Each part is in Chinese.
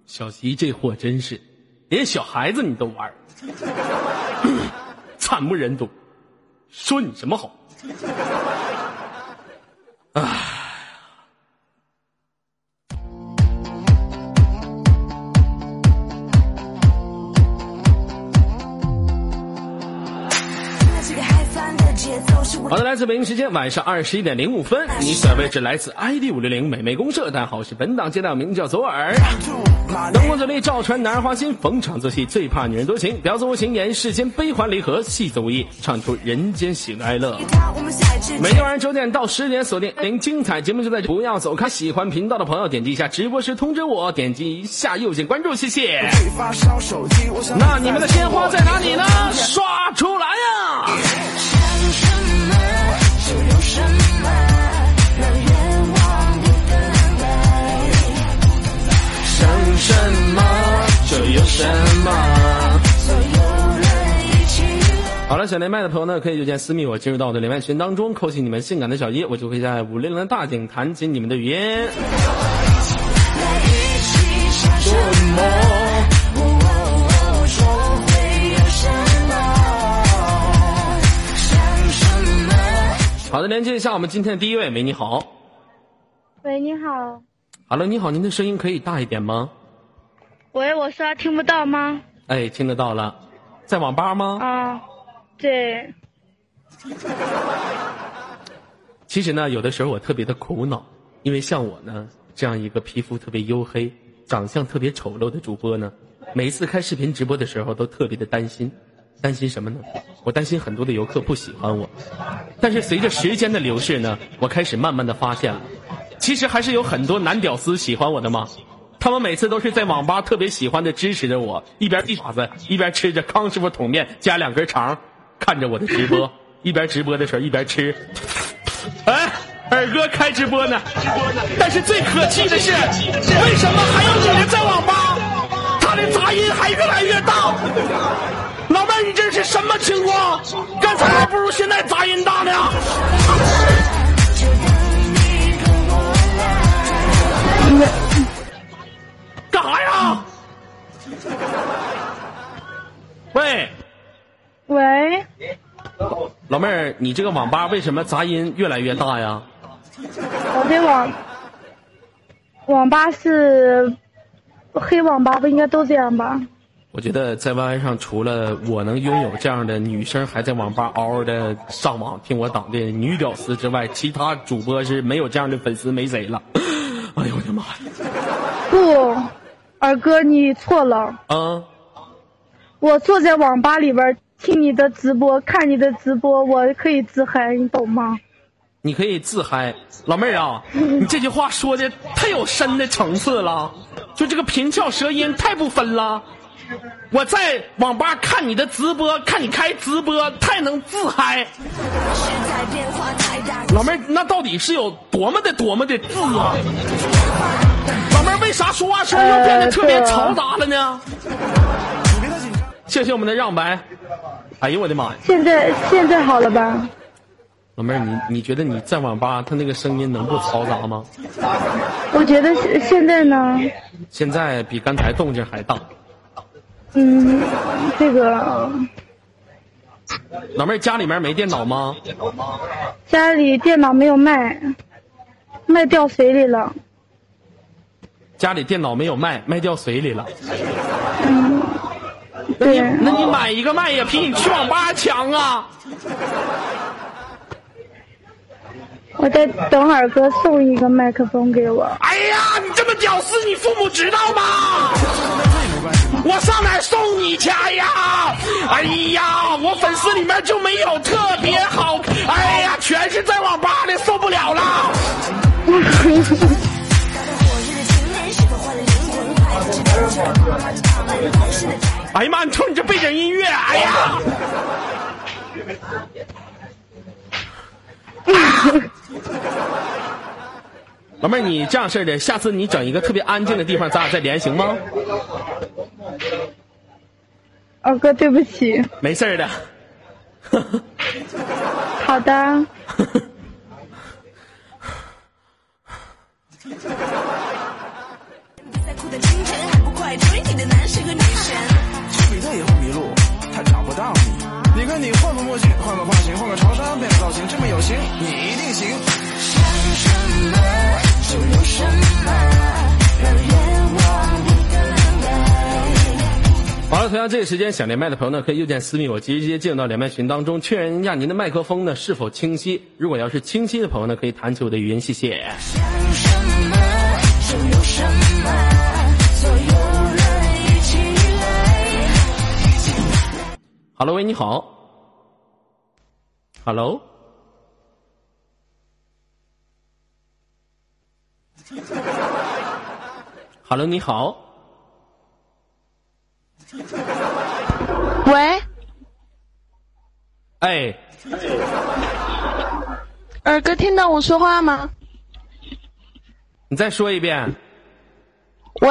小吉这货真是连小孩子你都玩，惨不忍睹。说你什么好？唉。好的，来自北京时间晚上21:05，你所位置来自 ID560 美美公社，大家好，我是本档接待，名叫左耳。灯光这里照穿男人花心，逢场作戏，最怕女人多情，婊子无情，演世间悲欢离合，戏子无意，唱出人间喜怒哀乐。每天晚上9点到10点锁定精彩节目就在这，不要走开。喜欢频道的朋友点击一下直播时通知我，点击一下右键关注，谢谢。那你们的鲜花在哪里呢？刷出来呀！想什么就有什么。好了，想连麦的朋友呢，可以就先私密我，进入到我的连麦群当中，扣起你们性感的小一，我就会在560的大厅弹起你们的语音。好的，连接一下我们今天的第一位，喂，你好。 喂，你好。 Hello， 你好，您的声音可以大一点吗？ 喂，我说听不到吗？ 哎，听得到了。在网吧吗？ 啊，对。 其实呢，有的时候我特别的苦恼，因为像我呢这样一个皮肤特别黝黑、长相特别丑陋的主播呢，每一次开视频直播的时候都特别的担心。担心什么呢？我担心很多的游客不喜欢我。但是随着时间的流逝呢，我开始慢慢的发现了，其实还是有很多男屌丝喜欢我的嘛。他们每次都是在网吧特别喜欢的支持着我，一边递爪子一边吃着康师傅桶面加2根肠，看着我的直播，一边直播的时候一边吃。哎，耳哥开直播呢。但是最可气的是，为什么还有女人在网吧，他的杂音还越来越大？老妹儿，你这是什么情况？刚才还不如现在杂音大呢。干啥呀？喂，老妹儿，你这个网吧为什么杂音越来越大呀？ 我这网吧是黑网吧，不应该都这样吧？ 我觉得在 YY 上，除了我能拥有这样的女生还在网吧嗷嗷的上网听我党的女屌丝之外，其他主播是没有这样的粉丝，没谁了。哎呦我的妈呀！ 不，二哥你错了。我坐在网吧里边听你的直播，看你的直播，我可以自嗨，你懂吗？ 你可以自嗨，老妹儿啊，你这句话说的太有深的层次了，就这个平翘舌音太不分了。我在网吧看你的直播，看你开直播，太能自嗨。老妹儿，那到底是有多么的自啊？老妹儿，为啥说话声又变得特别嘈杂了呢？谢谢我们的让白。哎呦我的妈呀！ 现在好了吧？ 老妹儿，你觉得你在网吧他那个声音能不嘈杂吗？ 我觉得现在呢？ 现在比刚才动静还大。 这个老妹儿家里面没电脑吗？ 家里电脑没有卖掉水里了。 家里电脑没有卖掉水里了。 对。 那你买一个卖呀，比你去网吧强啊！ 我在等二哥送一个麦克风给我。 哎呀，你这么屌丝，你父母知道吗？我上哪儿送你去呀？哎呀，我粉丝里面就没有特别好，哎呀，全是在网吧的，受不了了。哎呀妈，你瞅你这背景音乐，哎呀！老妹儿，你这样式的，下次你整一个特别安静的地方，咱俩再连行吗？ 二哥，对不起。 没事的。 好的。 拽追你的男神和女神。 丘比特也会迷路，他找不到你。你看你换个墨镜，换个发型，换个长衫，变个造型，这么有型，你一定行。 想什么就有什么，让愿望不更改。 好了，同样这个时间想连麦的朋友呢，可以右键私密我，直接进入到连麦群当中，确认一下您的麦克风呢是否清晰。如果要是清晰的朋友呢，可以弹起我的语音，谢谢。 想什么就有什么，所有人一起来。 Hello， 喂，你好。Hello。Hello， 你好。 喂。 哎。 二哥，听到我说话吗？ 你再说一遍。 喂。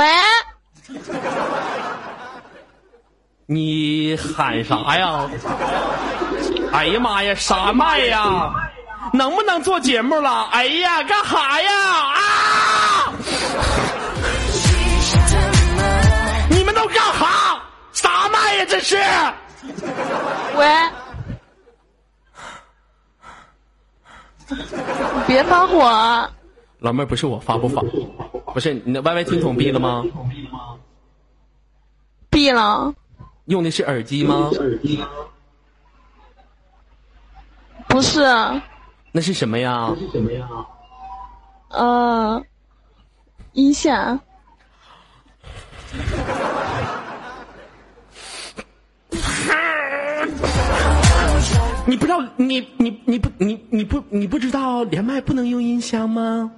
你喊啥呀？哎呀妈呀，啥麦呀？能不能做节目了？哎呀，干哈呀？啊！你们都干哈？啥麦呀？这是？ 喂。别发火。 老妹儿，不是我发不发？不是你的 YY 听筒闭了吗？ 闭了。 用的是耳机吗？ 不是。 那是什么呀？ 音响。 你不知道你不知道连麦不能用音箱吗？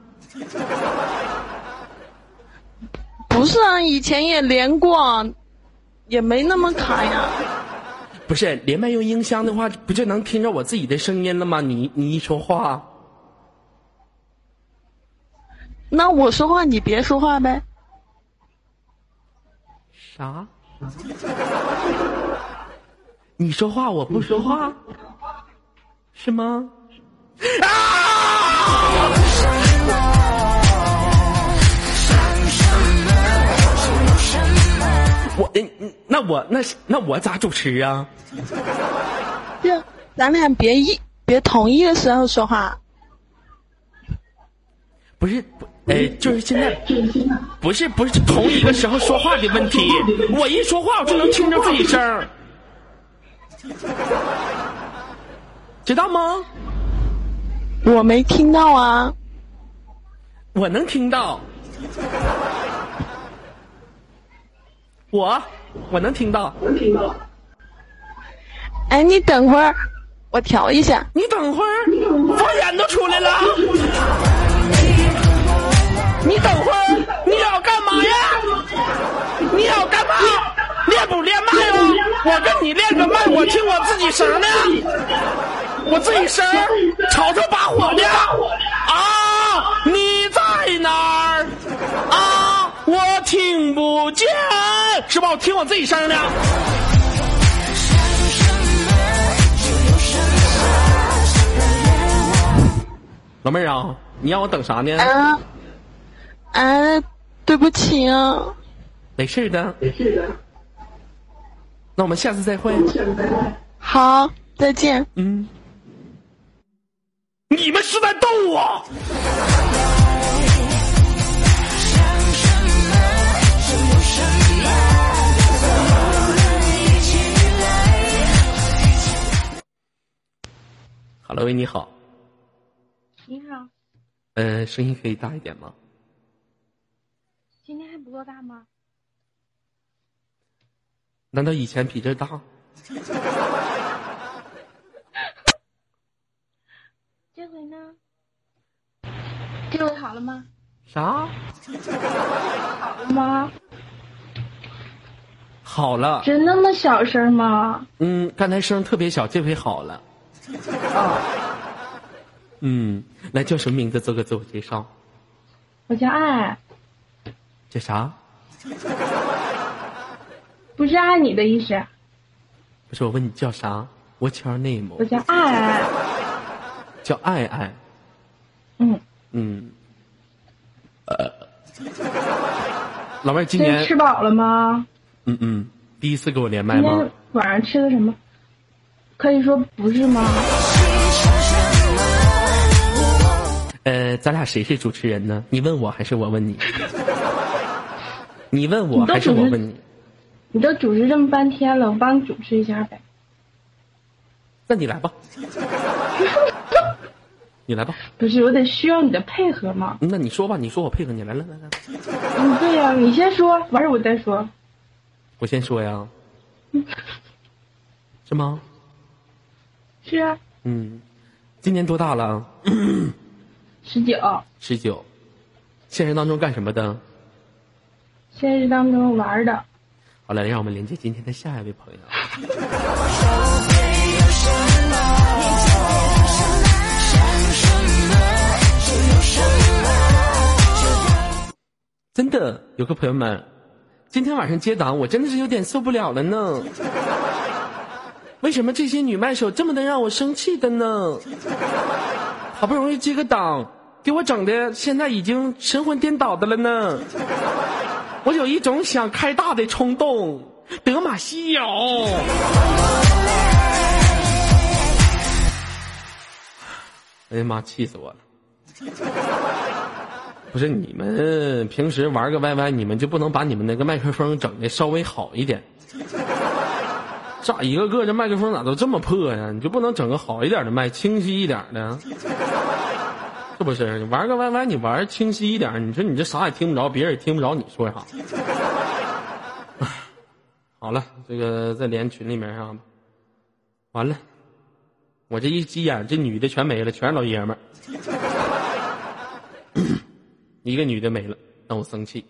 不是啊，以前也连过，也没那么卡呀。 不是连麦用音箱的话，不就能听着我自己的声音了吗？你一说话， 那我说话你别说话呗。 啥？你说话我不说话，是吗？啊！那我咋主持啊？ 这咱俩别同一个时候说话。 不是，就是现在，不是同一个时候说话的问题。我一说话我就能听着自己声，知道吗？ 我没听到啊。 我能听到。我能听到。 哎，你等会儿，我调一下。 你等会儿，方言都出来了。你等会儿，你要干嘛呀？你要干嘛？练不练麦啊？我跟你练个麦，我听我自己声呢。我自己声吵吵把火的啊！你在哪儿啊？我听不见，是吧？我听我自己声呢。老妹儿啊，你让我等啥呢？ 对不起啊。 没事的。那我们下次再会。 好，再见。 你们是在逗我？Hello， 你好。 你好。 声音可以大一点吗？ 今天还不够大吗？ 难道以前比这大？ 这回呢？这回好了吗？ 啥？ 好了吗？ 好了。 真那么小声吗？ 刚才声特别小，这回好了。来，叫什么名字？做个自我介绍。 我叫爱。 叫啥？ 不是爱你的意思。 不是，我问你叫啥？ What's your name？ 我叫爱爱。 叫爱爱。 老妹儿今年吃饱了吗？ 第一次给我连麦吗？ 今天晚上吃的什么？可以说不是吗？ 咱俩谁是主持人呢？你问我还是我问你？你问我还是我问你？ 你都主持这么半天了，我帮你主持一下呗。 那你来吧。你来吧。 不是，我得需要你的配合嘛。 那你说吧，你说我配合你，来。 对呀，你先说，完事我再说。 我先说呀。是吗？ 是啊。 今年多大了 ？19。 19。现实当中干什么的？ 现实当中玩的。 好了，让我们连接今天的下一位朋友。真的有个朋友们，今天晚上接档，我真的是有点受不了了呢。为什么这些女麦手这么的让我生气的呢？好不容易接个档，给我整的现在已经神魂颠倒的了呢。我有一种想开大的冲动，德玛西亚。哎呀妈，气死我了！不是你们平时玩个 YY， 你们就不能把你们那个麦克风整的稍微好一点？咋一个个这麦克风咋都这么破呀？你就不能整个好一点的麦，清晰一点的？是不是？你玩个 YY， 你玩清晰一点，你说你这啥也听不着，别人也听不着你说啥。好了，这个再连群里面上吧。完了，我这一急眼，这女的全没了，全是老爷们儿。一个女的没了，让我生气。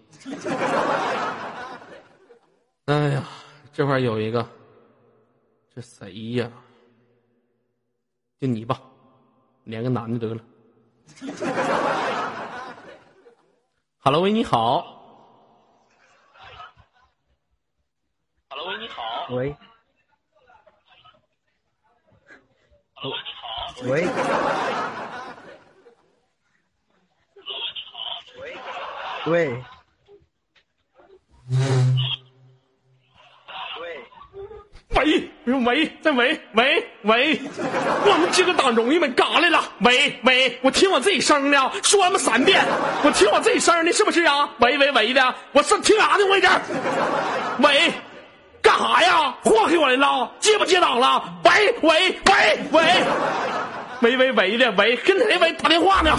哎呀，这块有一个，这谁呀？就你吧，连个男的得了。Hello， 喂，你好。Hello， 喂，你好。 喂。 Hello， 你好。 喂。喂。 喂，再喂，我们接个档容易吗？嘎来了，喂，我听我自己声呢，说他妈3遍，我听我自己声呢，是不是啊？喂的，我是听啥呢？我这喂，干啥呀？祸给我来了，接不接档了？喂的，跟谁喂打电话呢？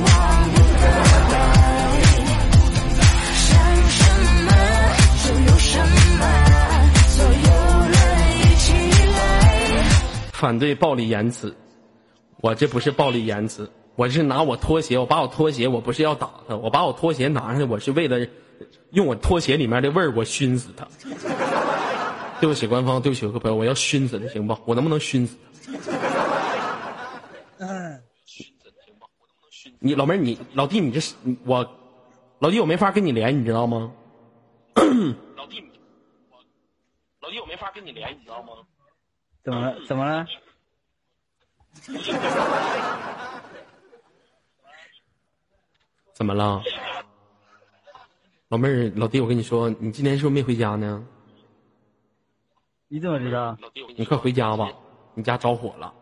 反对暴力言辞，我这不是暴力言辞，我是拿我拖鞋，我把我拖鞋，我不是要打他，我把我拖鞋拿上来，我是为了用我拖鞋里面的味儿，我熏死他。对不起官方，对不起各位朋友，我要熏死他，行吧？我能不能熏死他？你老妹儿，你老弟，你这是我老弟，我没法跟你连，你知道吗？老弟，我没法跟你连，你知道吗？ 怎么了？ 怎么了？老妹儿，老弟，我跟你说，你今天是不是没回家呢？ 你怎么知道？ 你快回家吧，你家着火了。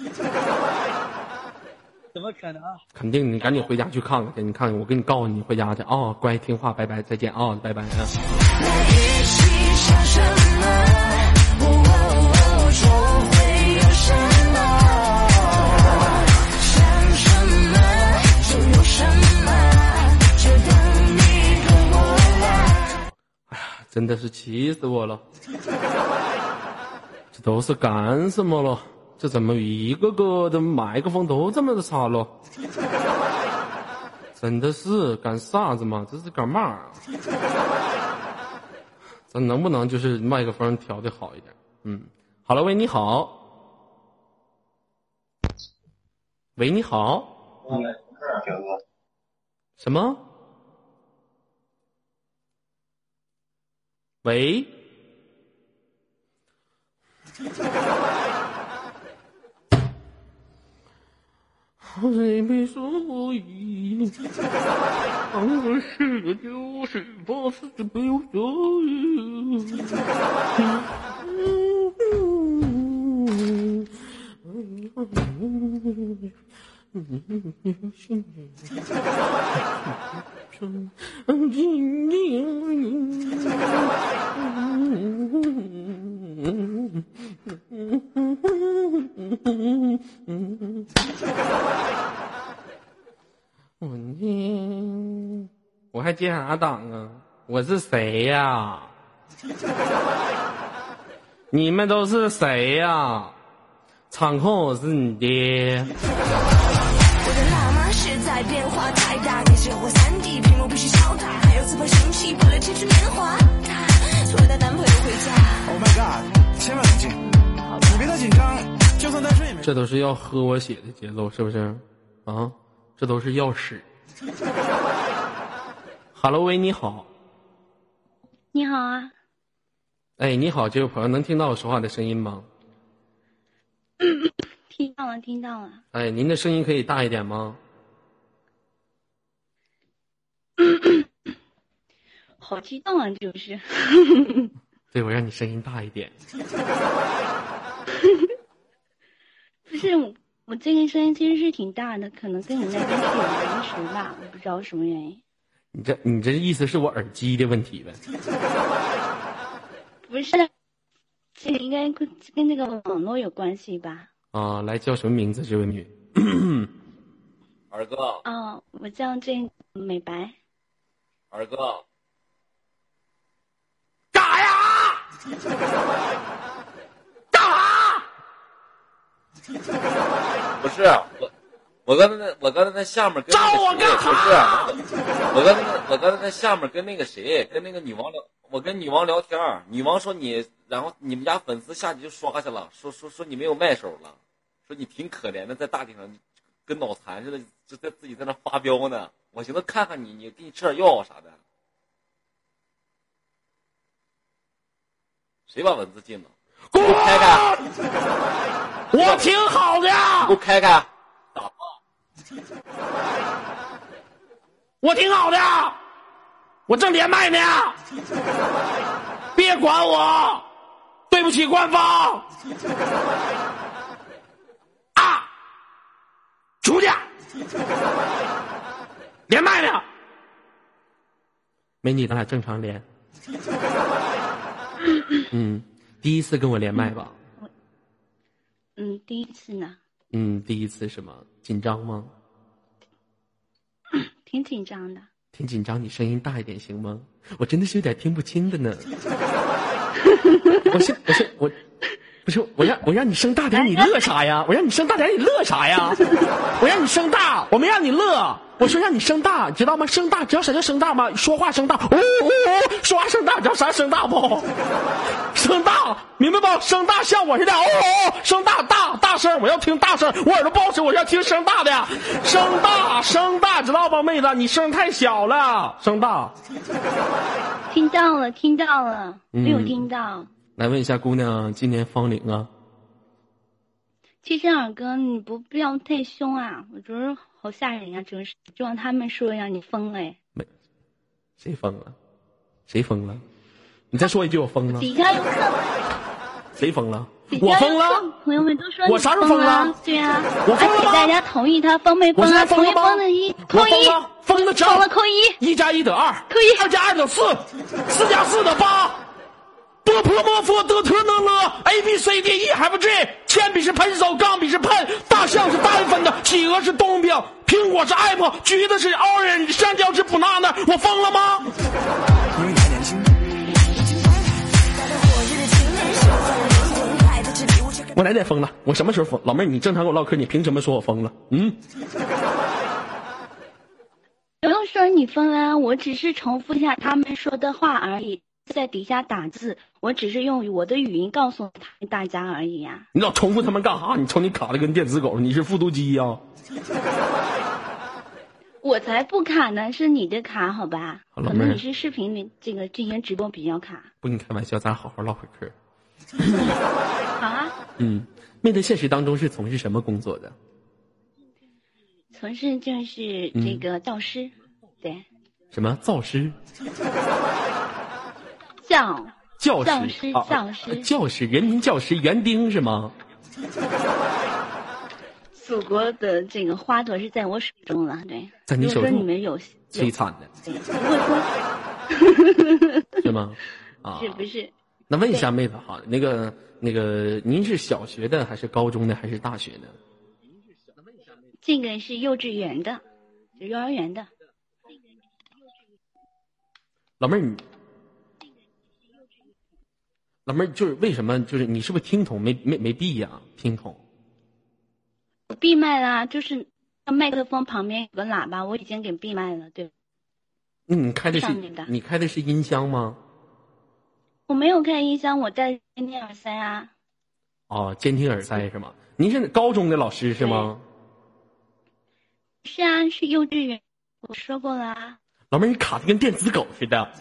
怎么可能？ 肯定，你赶紧回家去看看去，你看看，我给你告诉你回家去啊、哦！乖，听话，拜拜，再见啊、哦，拜拜啊！哎呀，真的是气死我了！这都是干什么了？这怎么一个个的麦克风都这么的差了？真的是干啥子嘛？这是干嘛啊？咱能不能就是麦克风调的好一点？好了，喂，你好。喂，你好。什么？喂？ 谁没说过一当个是的就是把死没有说我还接啥档啊？我是谁呀？你们都是谁呀？场控我是你爹。 我的辣妈实在变化太大，电视或3D 屏幕必须超大，还有自拍神器为了青春年华，除了带男朋友回家。 Oh my god， 千万冷静，你别太紧张，就算单身也没。 这都是要喝我血的节奏，是不是？啊，这都是要屎。哈喽喂，你好。 你好啊。 哎，你好，这位朋友，能听到我说话的声音吗？ 听到了，听到了。 哎，您的声音可以大一点吗？ 好激动啊，就是。 对，我让你声音大一点。 不是，我这个声音其实是挺大的，可能跟你那边是有延时吧，我不知道什么原因。 你这意思是我耳机的问题呗？ 不是，这个应该跟那个网络有关系吧？ 啊，来，叫什么名字？这位女。 二哥。 哦，我叫这美白。 二哥。 干啥呀？干啥？ 不是我刚才在下面跟那个谁，不是我刚才在下面跟那个谁，跟那个女王聊，我跟女王聊天，女王说你，然后你们家粉丝下去就刷去了，说你没有卖手了，说你挺可怜的，在大街上跟脑残似的，就在自己在那发飙呢。我寻思看看你给你吃点药啥的。谁把蚊子进了？给我开开！ 我挺好的呀！ 给我开开！打吧！ 我挺好的呀！我正连麦呢！别管我！对不起官方！啊！出去！连麦呢！美女，咱俩正常连。第一次跟我连麦吧？ 第一次呢。 第一次什么？紧张吗？ 挺紧张的。 挺紧张，你声音大一点行吗？我真的是有点听不清的呢。我让你声大点，你乐啥呀？我让你声大点，你乐啥呀？我让你声大，我没让你乐。我说让你声大，知道吗？声大，知道啥叫声大吗？说话声大，说话声大，知道啥声大不？声大，明白不？声大像我似的，声大声，我要听大声，我耳朵不好使，我要听声大的呀。声大，知道吧，妹子？你声太小了，声大。 听到了，没有听到。 来问一下姑娘，今年芳龄啊？ 其实二哥，你不必要太凶啊，我觉得好吓人呀，真是，就像他们说一样，你疯了哎。 没，谁疯了？谁疯了？你再说一句，我疯了。 底下有看。 谁疯了？我疯了。 朋友们都说我啥时候疯了？ 对啊， 我疯了吗？ 大家同意他疯没疯啊？同意疯的一扣一， 疯的疯了扣一 ，1加1等2， 扣一 ，2加2等4，4加4等8。多泼莫佛得特能乐 A B C D E F G， 铅笔是喷手，钢笔是喷，大象是单分的，企鹅是冬饼，苹果是 apple， 橘子是 orange， 香蕉是 banana。我疯了吗？ 因为你还年轻。 我哪点疯了？我什么时候疯？老妹儿，你正常跟我唠嗑，你凭什么说我疯了？ 不用说你疯了，我只是重复一下他们说的话而已。在底下打字，我只是用我的语音告诉大家而已呀。 你老重复他们干啥？你瞅你卡的跟电子狗，你是复读机呀？ 我才不卡呢，是你的卡好吧？ 可能你是视频里这个进行直播比较卡。 不跟你开玩笑，咱好好唠会嗑。 好啊。 妹在现实当中是从事什么工作的？ 从事就是这个教师，对。 什么造师？教师，人民教师园丁是吗？ 祖国的这个花朵是在我手中了，对。 在你手中。 如果说你们有摧残的。是吗？啊， 是不是？ 那问一下妹子哈，那个，您是小学的还是高中的还是大学的？ 这个是幼稚园的，是幼儿园的。 老妹儿就是为什么就是你是不是听筒没闭呀？听筒。 我闭麦啦，就是麦克风旁边有个喇叭，我已经给闭麦了，对。 你开的是音箱吗？ 我没有开音箱，我戴监听耳塞啊。 哦，监听耳塞是吗？您是高中的老师是吗？ 是啊，是幼稚园，我说过了啊。 老妹儿，你卡的跟电子狗似的。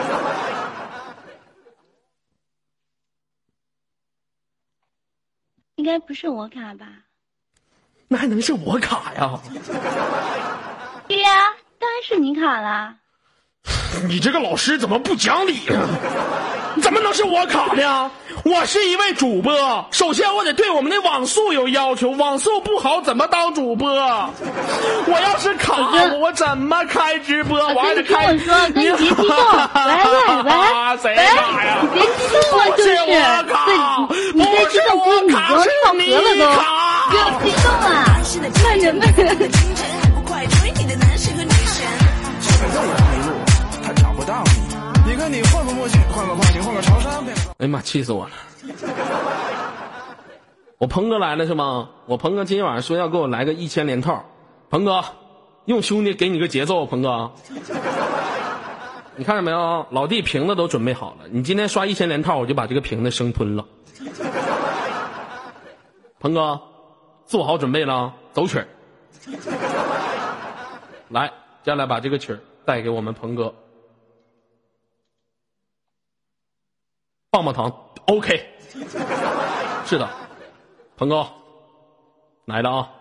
应该不是我卡吧？ 那还能是我卡呀？ 对呀，当然是你卡啦。 你这个老师怎么不讲理啊？怎么能是我卡呢？我是一位主播，首先我得对我们的网速有要求，网速不好怎么当主播？我要是卡我怎么开直播？我还得开。 你说，你别激动，喂， 谁卡呀？ 你别激动啊，就是，你再激动不你就跳河了都，不要激动啊，慢点。 你看你换个墨镜，换个发型，换个长衫。 哎呀妈，气死我了！我鹏哥来了是吗？我鹏哥今天晚上说要给我来个1000连套。鹏哥，用兄弟给你个节奏，鹏哥。你看见没有？老弟瓶子都准备好了，你今天刷1000连套，我就把这个瓶子生吞了。鹏哥，做好准备了，走曲儿。来，接下来把这个曲儿带给我们鹏哥。棒棒糖 OK 是的，鹏哥来了啊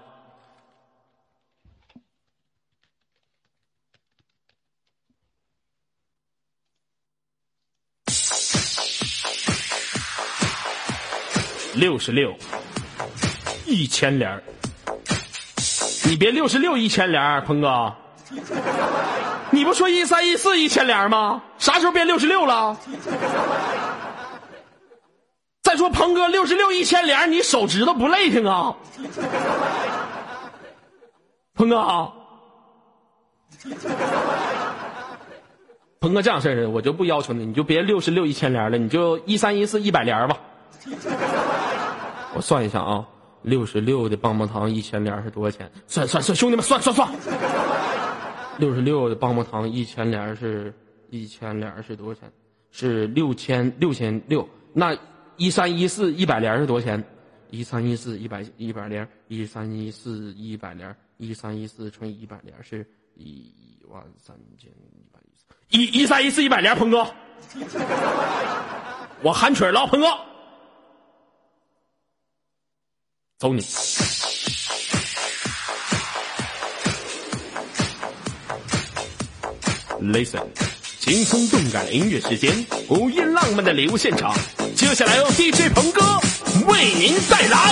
！66，1000连，你别661000连，鹏哥，你不说13141000连吗？啥时候变66了？再说鹏哥661000连，你手指头不累挺啊？鹏哥，鹏哥这样式儿，我就不要求你，你就别661000连了，你就1314100连吧。我算一下啊，66的棒棒糖1000连是多少钱？算，兄弟们算。66的棒棒糖1000连是多少钱？是6600，那1314100连是多少钱？1314100连，1314100连，1314100乘以100连是1314100连，鹏哥，我喊曲了，鹏哥，走你。Listen， 轻松动感的音乐时间，午夜浪漫的礼物现场。接下来由 DJ 鹏哥为您带来，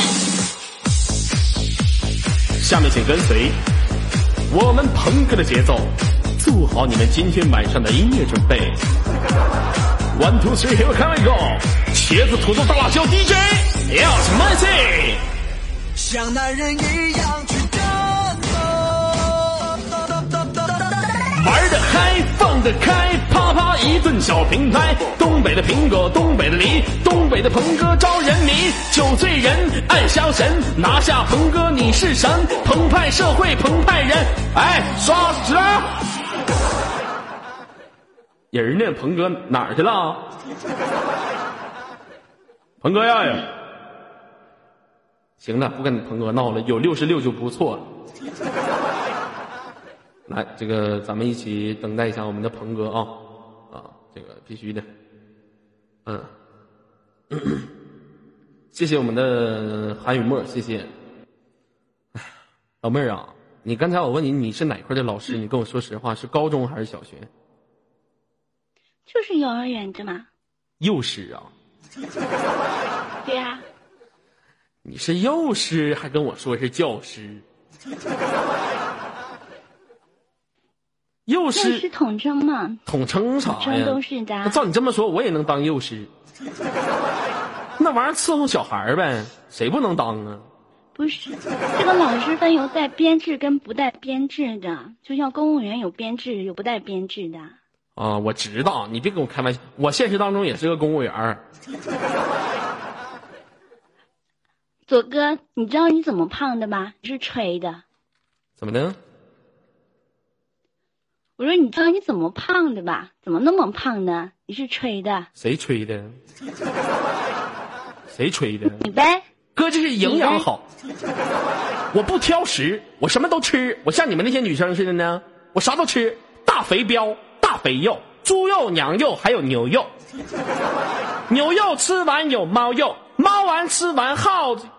下面请跟随我们鹏哥的节奏，做好你们今天晚上的音乐准备。1 2 3 here can we go， 茄子土豆大辣椒 DJ， 要什么戏？ 像男人一样去战斗， 玩得嗨，放得开，啪啪一顿小平拍。东北的苹果，东北的梨，东北的鹏哥招人迷。酒醉人爱消神，拿下鹏哥你是神。澎湃社会澎湃人，哎，刷纸。人呢？鹏哥哪儿去了？鹏哥呀！行了，不跟鹏哥闹了，有66就不错了。来，这个咱们一起等待一下我们的鹏哥啊！这个必须的。谢谢我们的韩雨墨，谢谢。老妹儿啊， 你刚才我问你你是哪块的老师，你跟我说实话，是高中还是小学？ 就是幼儿园的嘛。 幼师啊？ 对呀。 你是幼师还跟我说是教师？幼师统称嘛？ 统称啥呀？ 统称都是的。 那照你这么说，我也能当幼师。那玩意儿伺候小孩呗，谁不能当啊？ 不是，这个老师分有带编制跟不带编制的，就像公务员有编制有不带编制的。 啊，我知道，你别跟我开玩笑，我现实当中也是个公务员。 左哥，你知道你怎么胖的吗？你是吹的。 怎么的？ 我说你知道你怎么胖的吧？怎么那么胖呢？你是吹的。 谁吹的？谁吹的？ 你呗。 哥，这是营养好。我不挑食，我什么都吃。我像你们那些女生似的呢，我啥都吃，大肥膘、大肥肉、猪肉、羊肉还有牛肉。牛肉吃完有猫肉，猫完吃完耗子。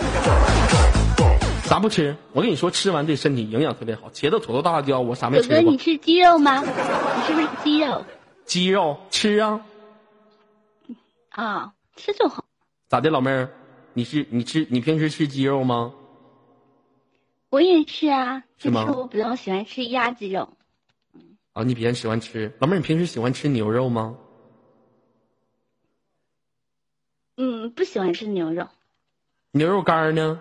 啥不吃？我跟你说，吃完对身体营养特别好。茄子、土豆、大辣椒，我啥没吃过。 哥哥，你吃鸡肉吗？你是不是鸡肉？ 鸡肉吃啊。 啊，吃就好。 咋的，老妹儿？你平时吃鸡肉吗？ 我也吃啊， 是吗？ 我比较喜欢吃鸭鸡肉。 啊，你比较喜欢吃。老妹儿，你平时喜欢吃牛肉吗？ 不喜欢吃牛肉。 牛肉干呢？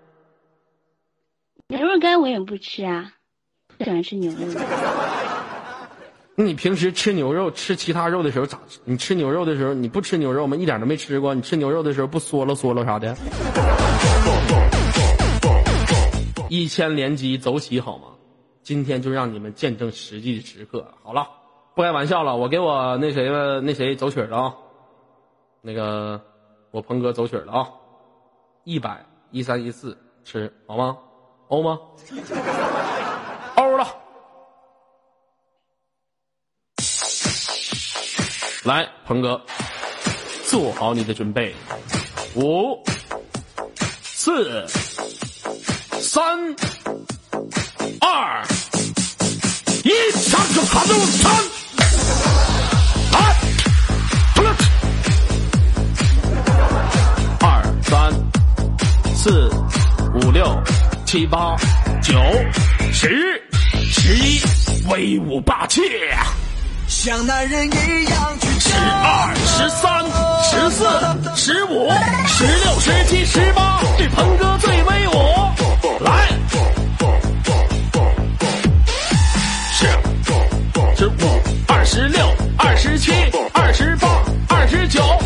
牛肉干我也不吃啊，不喜欢吃牛肉。 那你平时吃牛肉、吃其他肉的时候咋吃？你吃牛肉的时候，你不吃牛肉吗？一点都没吃过。你吃牛肉的时候不嗦了啥的？1000连击走起好吗？今天就让你们见证实际的时刻。好了，不开玩笑了，我给我那谁走曲了啊。那个我鹏哥走曲了啊，100、13、14吃好吗？欧吗？欧了。来，鹏哥，做好你的准备。5、4、3、2、1，上手卡住3。2、3、4、5、6、7、8、9、10、11，威武霸气。 像男人一样去 12、13、14、15、16、17、18，对鹏哥最威武。来，15、26、27、28、29，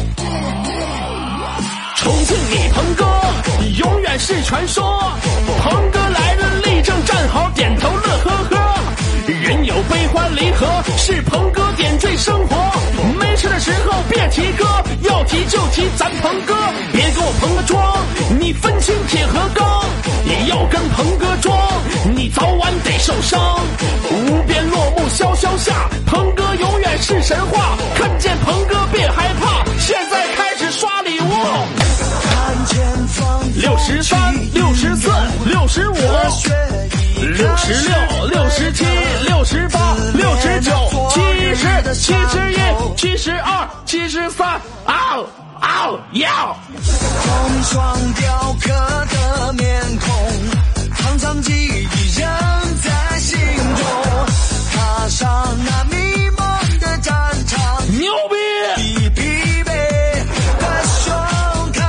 重庆李鹏哥永远是传说。鹏哥来了，立正站好，点头乐呵呵。人有悲欢离合，是鹏哥点缀生活。没事的时候别提哥，要提就提咱鹏哥。别跟我鹏哥装，你分清铁和钢。你要跟鹏哥装，你早晚得受伤。无边落木萧萧下，鹏哥永远是神话。看见鹏哥别害怕，现在开始刷礼物。63、64、65、66、67、68、69、70、71、72、73，要！ 风霜雕刻的面孔，长长记忆仍在心中。踏上那迷茫的战场， 牛逼！ 疲惫的胸膛，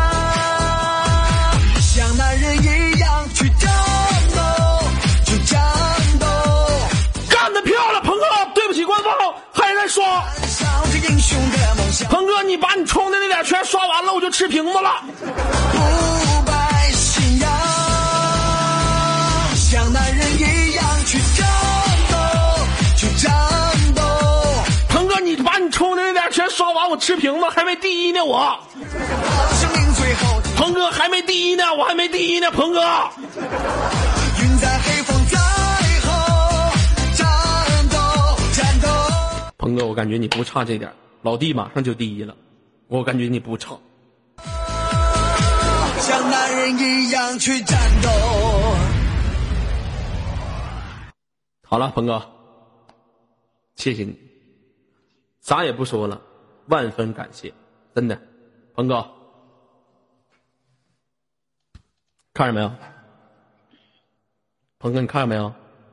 像男人一样去战斗，去战斗。 干得漂亮，鹏哥！对不起官方，还在刷。鹏哥，你把你充的那点全刷完了，我就吃瓶子了。 不败信仰，像男人一样去战斗，去战斗。 鹏哥，你把你充的那点全刷完，我吃瓶子，还没第一呢我。 生命最后， 鹏哥还没第一呢，我还没第一呢，鹏哥。 云在黑风在后，战斗，战斗。 鹏哥，我感觉你不差这点，老弟马上就第一了，我感觉你不差。 像男人一样去战斗。 好了，鹏哥，谢谢你，啥也不说了，万分感谢，真的，鹏哥，看着没有？鹏哥，你看着没有？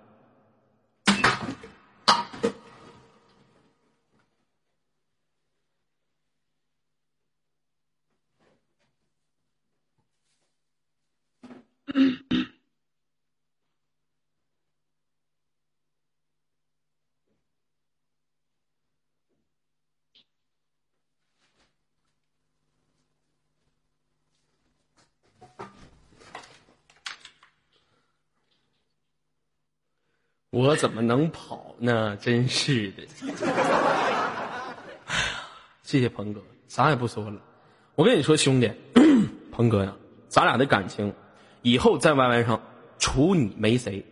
我怎么能跑呢？真是的！谢谢鹏哥，啥也不说了。我跟你说，兄弟，鹏哥呀，咱俩的感情，以后在 YY 上除你没谁。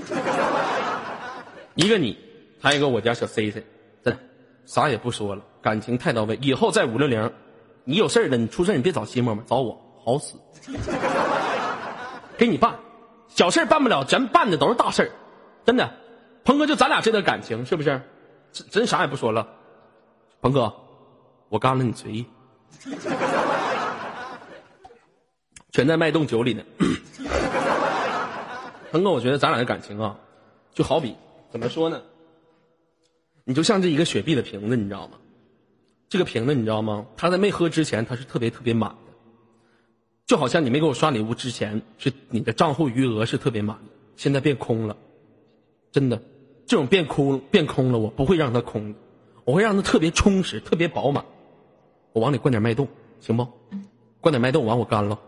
一个你，还有一个我家小 C C， 真的，啥也不说了，感情太到位。以后在560，你有事了，你出事你别找西沫沫，找我，好使，给你办。小事办不了，咱办的都是大事。真的，鹏哥，就咱俩这段感情，是不是？真啥也不说了。鹏哥，我干了你随意，全在脉动酒里呢。鹏哥，我觉得咱俩的感情啊，就好比怎么说呢？你就像这一个雪碧的瓶子，你知道吗？这个瓶子你知道吗？它在没喝之前，它是特别特别满的，就好像你没给我刷礼物之前，是你的账户余额是特别满的，现在变空了。真的，这种变空了，我不会让它空的，我会让它特别充实，特别饱满。我往里灌点脉动，行不？灌点脉动，完我干了。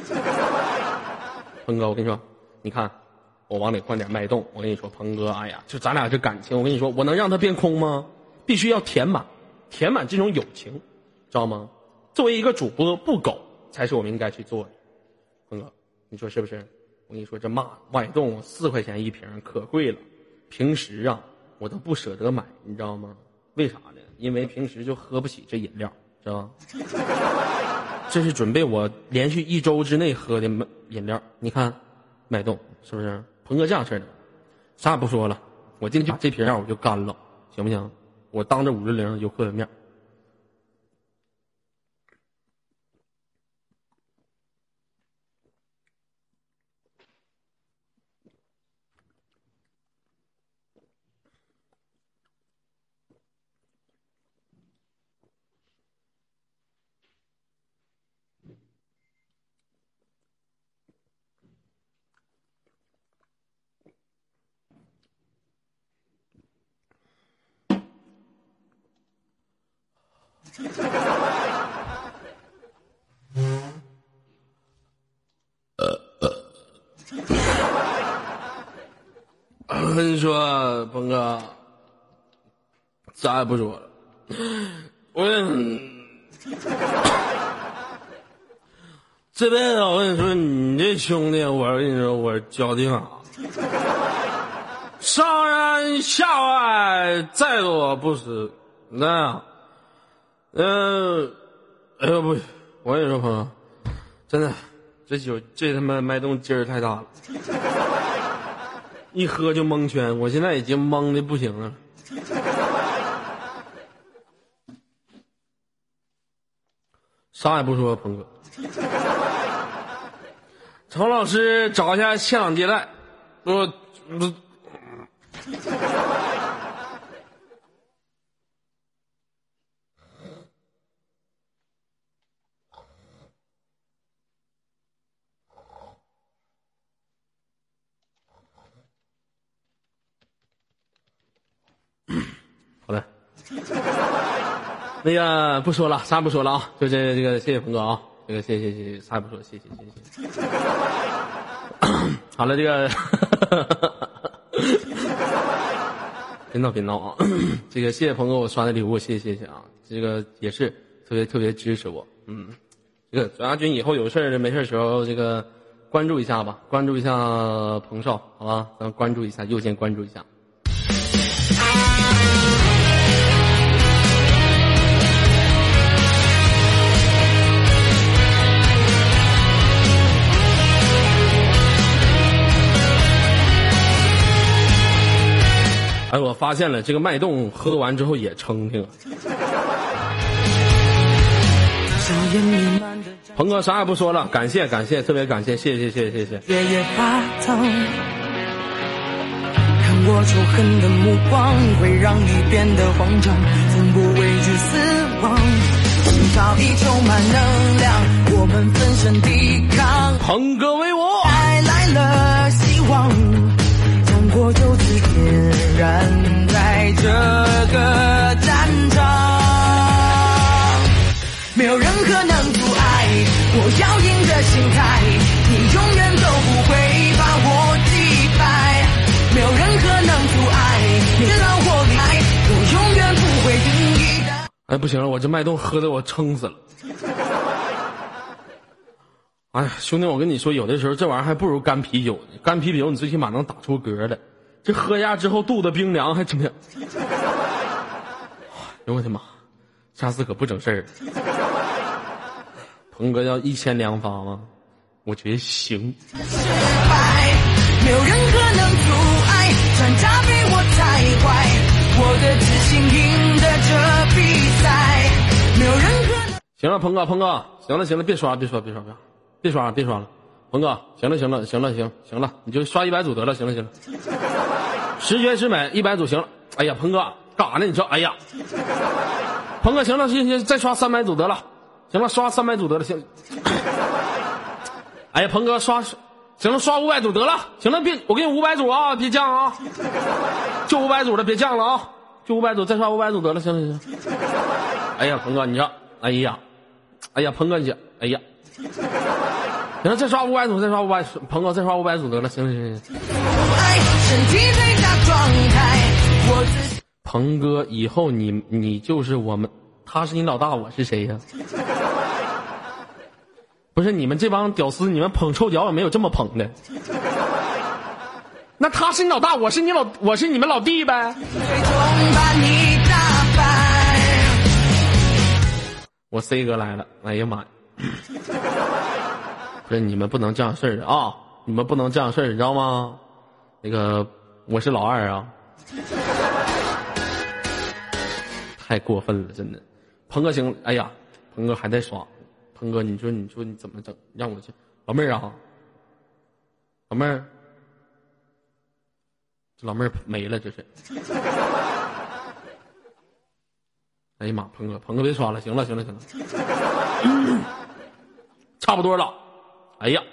鹏哥，我跟你说，你看，我往里灌点脉动，我跟你说，鹏哥，哎呀，就咱俩这感情，我跟你说，我能让它变空吗？必须要填满这种友情，知道吗？作为一个主播，不苟才是我们应该去做的。鹏哥，你说是不是？我跟你说，这脉动4块钱一瓶，可贵了。平时啊，我都不舍得买，你知道吗？为啥呢？因为平时就喝不起这饮料，知道吗？这是准备我连续1周之内喝的饮料。你看，脉动是不是？鹏哥这样式的，啥也不说了，我进去把这瓶药我就干了，行不行？我当着560游客的面。我跟你说，鹏哥，啥也不说了。这辈子我跟你说，你这兄弟，我跟你说，我交定了。上山下海，再多不死。那，哎呦不，我跟你说，朋友，真的，这酒这他妈脉动劲儿太大了。一喝就蒙圈，我现在已经蒙的不行了。啥也不说，鹏哥。曹老师找一下现场接待，我好的，那个不说了，啥也不说了啊，就这个，谢谢鹏哥啊，这个谢谢，啥也不说，谢谢。好了，这个别闹啊，这个谢谢鹏哥我刷的礼物，谢谢啊，这个也是特别支持我，这个转亚军以后有事没事的时候，这个关注一下吧，关注一下彭少，好吧，咱们关注一下，右键关注一下。 发现了这个脉动喝完之后也撑挺。鹏哥啥也不说了，感谢感谢，特别感谢，谢谢谢谢谢谢。 夜夜发烫，看我仇恨的目光会让你变得慌张，从不畏惧死亡，心早已充满能量，我们奋身抵抗。 鹏哥为我带来了希望，将火就此点燃在这个战场。没有任何能阻碍我要赢的心态，你永远都不会把我击败。没有任何能阻碍你知道我厉害，我永远不会定义的。 哎，不行了，我这脉动喝的我撑死了。哎呀，兄弟，我跟你说，有的时候这玩意儿还不如干啤酒呢。干啤酒你最起码能打出嗝来，这喝下之后肚子冰凉还怎么样？哎呦我的妈！下次可不整事儿。鹏哥要1000良方吗？我觉得行。 没有任何能阻碍，专家被我踩坏，我的自信赢得这比赛。没有任何能。 行了，鹏哥，行了，别刷了，鹏哥，行了，你就刷100组得了，行了，十全十美100组行了。哎呀，鹏哥干啥呢？你说，哎呀，鹏哥行了，再刷300组得了。行了，刷300组得了，行。哎呀，鹏哥行了，刷500组得了，行了，别，我给你500组啊，别降啊，就500组了，别降了啊，就500组，再刷500组得了，行。哎呀，鹏哥，你说，哎呀，鹏哥你，哎呀，行了，再刷500组，鹏哥再刷500组得了，行。鹏哥，以后你就是我们。他是你老大，我是谁呀？不是你们这帮屌丝，你们捧臭脚也没有这么捧的。那他是你老大，我是你们老弟呗。我 C 哥来了，哎呀妈呀！不是你们不能这样事儿啊！你们不能这样事儿，你知道吗？那个我是老二啊，太过分了，真的。鹏哥行，哎呀，鹏哥还在刷，鹏哥你说你怎么整？让我去，老妹儿啊，老妹儿，这老妹儿没了，这是。哎呀妈，鹏哥别刷了，行了，差不多了。哎呀，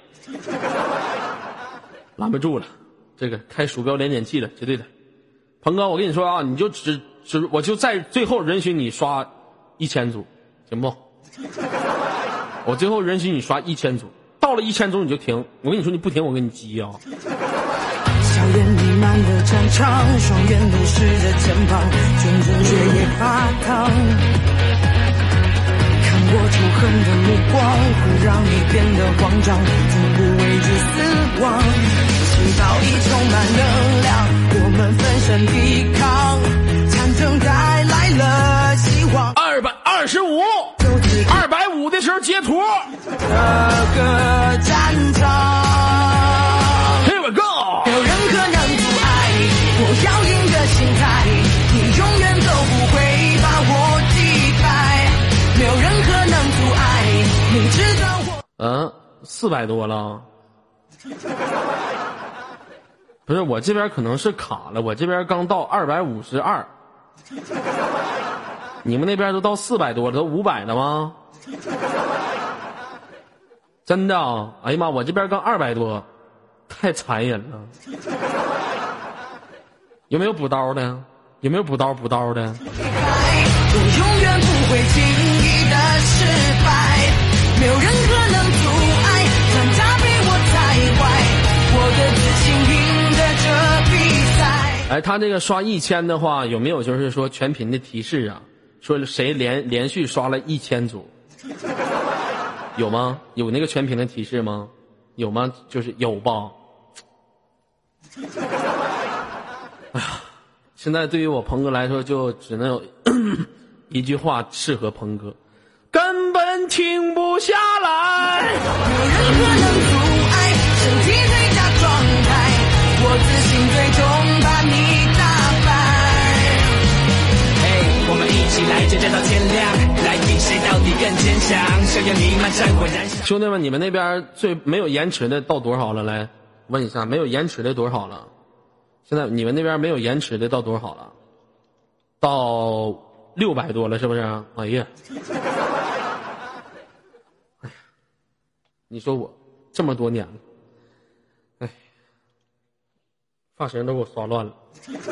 拦不住了，这个开鼠标连点器了，绝对的。鹏哥，我跟你说啊，你就我就在最后允许你刷1000组，行不？我最后允许你刷1000组，到了1000组你就停。我跟你说，你不停，我给你急啊！ 硝烟弥漫的战场，双眼怒视着前方，全身血液发烫。看我仇恨的目光，会让你变得慌张，从不畏惧死亡。心早已充满能量，我们奋身抵抗，战争带来了希望。 225 250的时候截图。 这个战场。 Here we go。 没有任何能阻碍我要赢的心态，你永远都不会把我击败。没有任何能阻碍你知道我。 400多了。不是，我这边可能是卡了，我这边刚到252。你们那边都到400多了，都500了吗？真的啊！哎呀妈，我这边刚200多，太残忍了。有没有补刀的？有没有补刀的？ 我永远不会轻易的失败，没有任何能阻碍，专家被我踩坏，我的自信赢得这比赛。 哎，他这个刷1000的话，有没有就是说全屏的提示啊？说谁连续刷了1000组，有吗？有那个全屏的提示吗？有吗？就是有吧。哎呀，现在对于我鹏哥来说，就只能有一句话适合鹏哥：根本停不下来。 没有任何能阻碍身体最佳状态，我自信最终把你打败。 起来就站到天亮，来比谁到底更坚强，硝烟弥漫战火燃烧。 兄弟们，你们那边最没有延迟的到多少了？来问一下，没有延迟的多少了？现在你们那边没有延迟的到多少了？到600多了，是不是？哎呀，你说我这么多年了，哎，发型都给我刷乱了。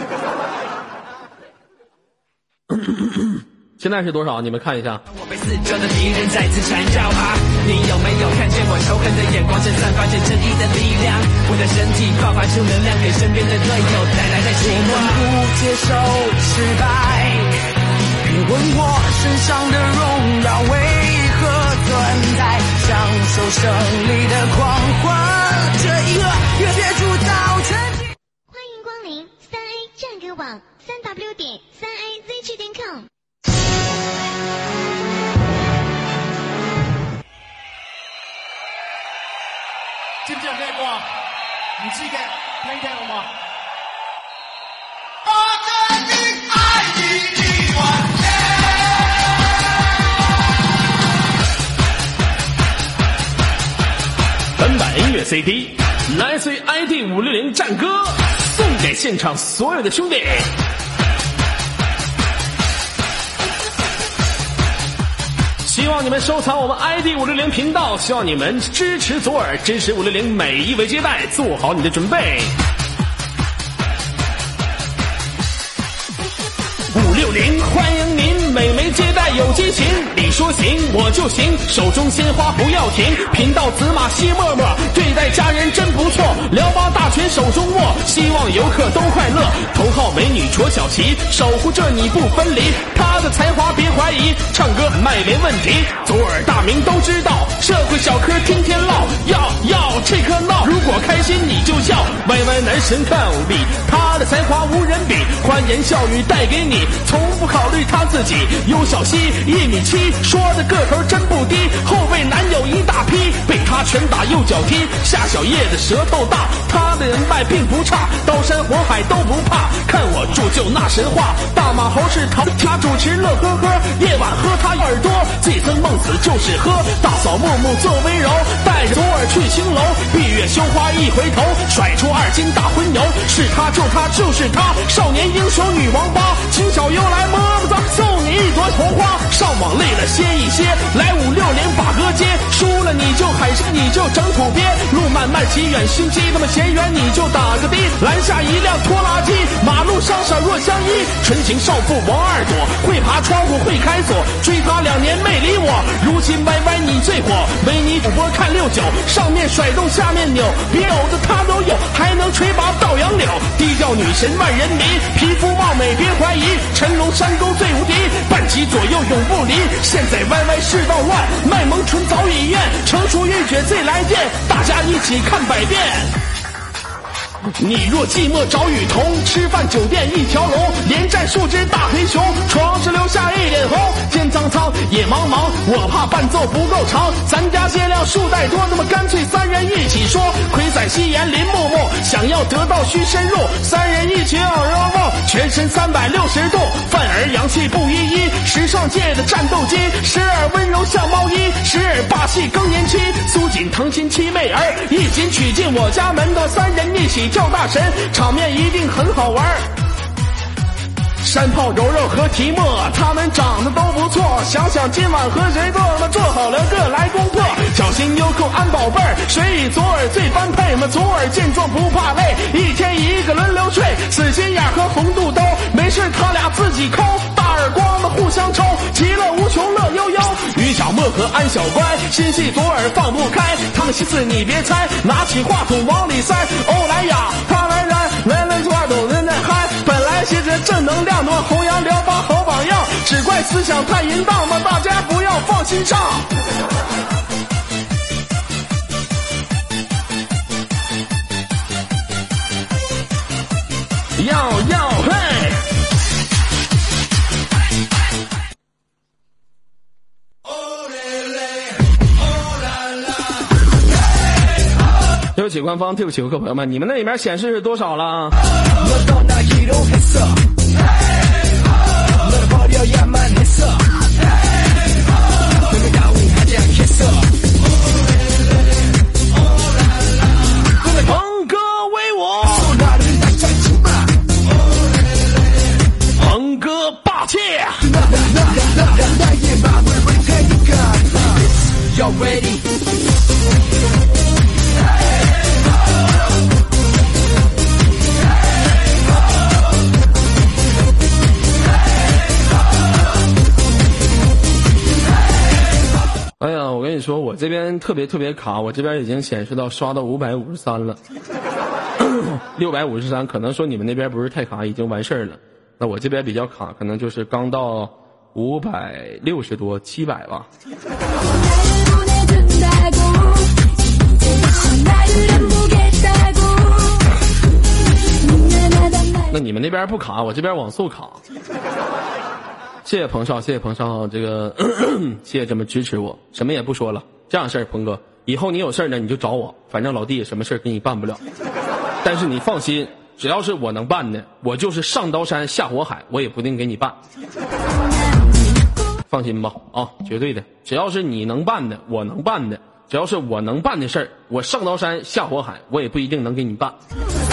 现在是多少？你们看一下。 我被四周的敌人再次缠绕啊！你有没有看见我仇恨的眼光正散发着正义的力量？我的身体爆发出能量，给身边的队友带来的希望。我们不接受失败，别问我身上的荣耀为何存在，享受胜利的狂欢，这一刻越别铸造成绩。 欢迎光临3A 战歌网3w.3azg.com。 知唔知有咩歌啊？唔知嘅，聽聽好嘛？ 本版音乐 CD 来自于 ID560战歌，送给现场所有的兄弟。希望你们收藏我们 ID560频道，希望你们支持左耳，支持560每一位接待，做好你的准备。560欢迎您，每枚接待有激情，你说行我就行，手中鲜花不要停，频道紫马西沫沫，对待家人真不错，辽邦大权手中握，希望游客都快乐，头号美女卓小琪，守护着你不分离，她的才华别怀疑，唱歌麦没问题，左耳大名都知道，社会小科天天唠，要这个闹，如果开心你就笑，歪歪男神看无比，他的才华无人比，欢言笑语带给你，从不考虑他自己，尤小西1.7米，说的个头真不低，后备男友一大批，被他拳打右脚踢，夏小叶的舌头大，他的人脉并不差，刀山火海都不怕，看我铸就那神话，大马猴是他主持乐呵呵，夜晚喝他耳朵，醉僧梦死就是喝，大嫂木木做温柔，带着左耳去青楼，闭月羞花一回头，甩出2斤大荤油，是他就他就是他，少年英雄女王八，请小优来摸摸子，送你一朵红花，上网累了歇一歇，来560把歌接，输了你就喊声你就整土鳖，路漫漫其远心机，那么嫌远你就打个的，拦下一辆拖拉机，马路上闪若相依，纯情少妇王二朵，会爬窗户会开锁，追他2年没理我，如今歪歪你最火，维尼主播看69，上面甩动下面扭，别有的他都有，还能吹把倒杨柳，低调女神万人迷，皮肤貌美别怀疑，成龙山沟最无敌，半骑左右永不离，现在歪歪世道乱，卖萌唇早已厌，成熟欲绝最来电，大家一起看百变。你若寂寞找雨桐，吃饭酒店一条龙，连战数只大黑熊，床是留下一脸红，天苍苍野茫茫，我怕伴奏不够长，咱家限量数代多，那么干脆3人一起说，魁仔西岩林木木，想要得到需深入，3人一起耳热梦，全身360度，范儿洋气不一一，时尚界的战斗机，时而温柔像猫衣，时而霸气更年期，苏锦藤亲七妹儿，一起娶进我家门的3人一起叫大神，场面一定很好玩。山炮柔柔和提莫，他们长得都不错，想想今晚和谁做，那做好了个来攻破，小心优酷安宝贝儿，谁与左耳最般配嘛？左耳健壮不怕累，一天一个轮流睡，死心眼和红肚兜，没事他俩自己抠，大耳光的互相抽，其乐无穷乐悠悠。于小莫和安小乖，心系左耳放不开，他们心思你别猜，拿起话筒往里塞，欧莱雅他来燃，来来话筒人在嗨，本来携着正能量，那么弘扬辽邦好榜样，只怪思想太淫荡嘛，大家不要放心上。要嘿！对不起官方，对不起游客朋友们，你们那里面显示是多少了？ 哎呀，我跟你说，我这边特别卡，我这边已经显示到刷到553了，653，可能说你们那边不是太卡，已经完事儿了。那我这边比较卡，可能就是刚到560多700吧。那你们那边不卡，我这边网速卡。谢谢彭少，谢谢彭少，这个谢谢这么支持我，什么也不说了。这样事儿，彭哥，以后你有事儿呢你就找我，反正老弟什么事儿给你办不了。但是你放心，只要是我能办的，我就是上刀山下火海，我也不一定给你办。放心吧，啊，绝对的，只要是你能办的，我能办的，只要是我能办的事儿，我上刀山下火海，我也不一定能给你办。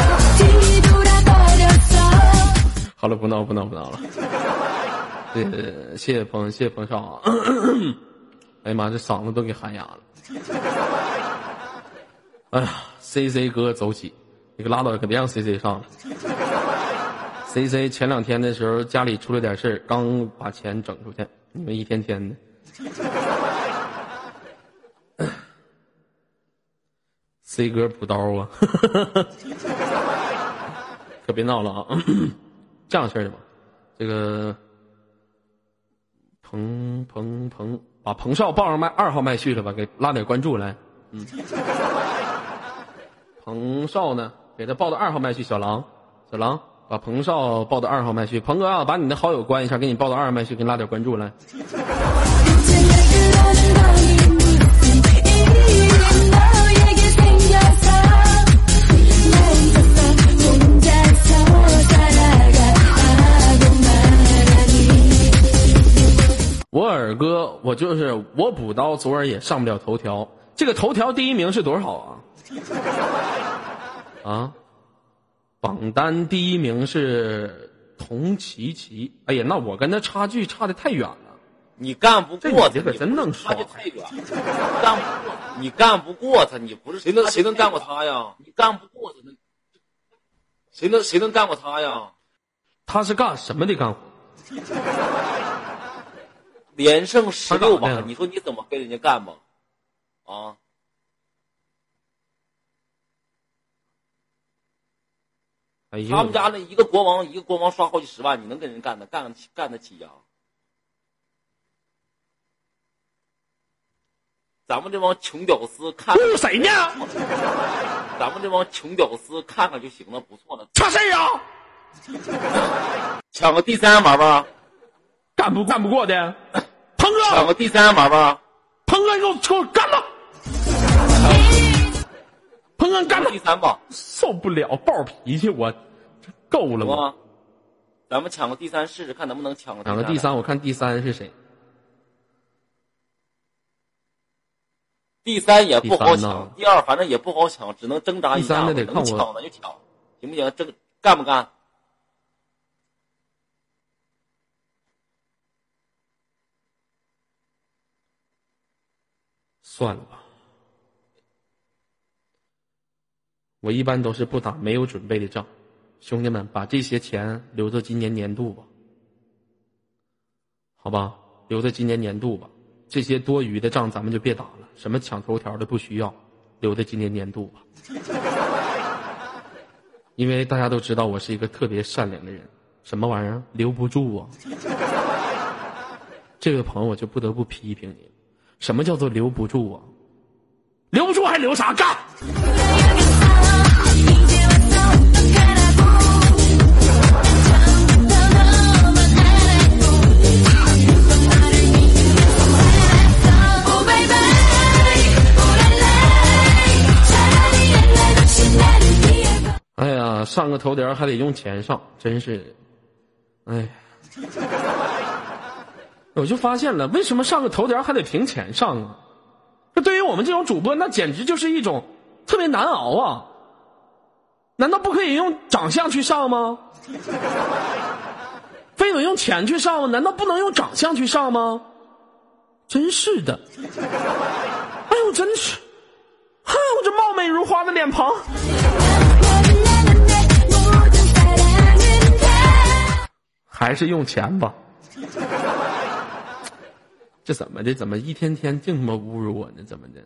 好了，不闹了。谢谢彭少啊！哎呀妈，这嗓子都给喊哑了。哎呀 ，CC 哥走起，你可拉倒，可别让 CC 上了。CC 前2天的时候家里出了点事儿，刚把钱整出去，你们一天天的。C 哥补刀啊！可别闹了啊！这样事儿的吧，这个。把彭少报上2号麦序了吧，给拉点关注来。彭少呢，给他报到2号麦序。小狼把彭少报到2号麦序。彭哥啊，把你的好友关一下，给你报到2号麦序，给你拉点关注来。我耳哥，我补刀，昨儿也上不了头条。这个头条第1名是多少啊？啊，榜单第1名是童琪琪。哎呀，那我跟他差距差得太远了。 你干不过他， 可真能说。 差距太远，你干不过他，你不是谁能干过他呀？你干不过他，谁能干过他呀？ 他是干什么的干活？ 连胜16把，你说你怎么跟人家干吧？啊！ 哎呦， 他们家那一个国王刷好几10万，你能跟人干得起呀？咱们这帮穷屌丝看谁呢？ 咱们这帮穷屌丝看看就行了，不错了。 差谁呀？ 抢个第3玩吧。 干不过的，彭哥， 抢个第3玩吧。 彭哥，你给我干吧！彭哥，干吧！ 第3吧。 受不了，暴脾气，我够了吗？ 咱们抢个第3试试，看能不能抢个第3。 抢个第3，我看第3是谁？ 第3也不好抢，第2反正也不好抢，只能挣扎一下。 第3得看我抢的就抢，行不行？这干不干？ 算了吧，我一般都是不打没有准备的仗。兄弟们，把这些钱留着今年年度吧，好吧，留着今年年度吧。这些多余的仗咱们就别打了，什么抢头条的不需要，留着今年年度吧。因为大家都知道我是一个特别善良的人，什么玩意儿留不住啊？这位朋友我就不得不批评你。什么叫做留不住啊？留不住还留啥干？哎呀，上个头条还得用钱上，真是，哎呀。我就发现了，为什么上个头条还得凭钱上啊？这对于我们这种主播，那简直就是一种特别难熬啊！难道不可以用长相去上吗？非得用钱去上吗？难道不能用长相去上吗？真是的！哎呦，真是！哎呦，这貌美如花的脸庞！还是用钱吧。 这怎么的？怎么一天天净他妈侮辱我呢？怎么的？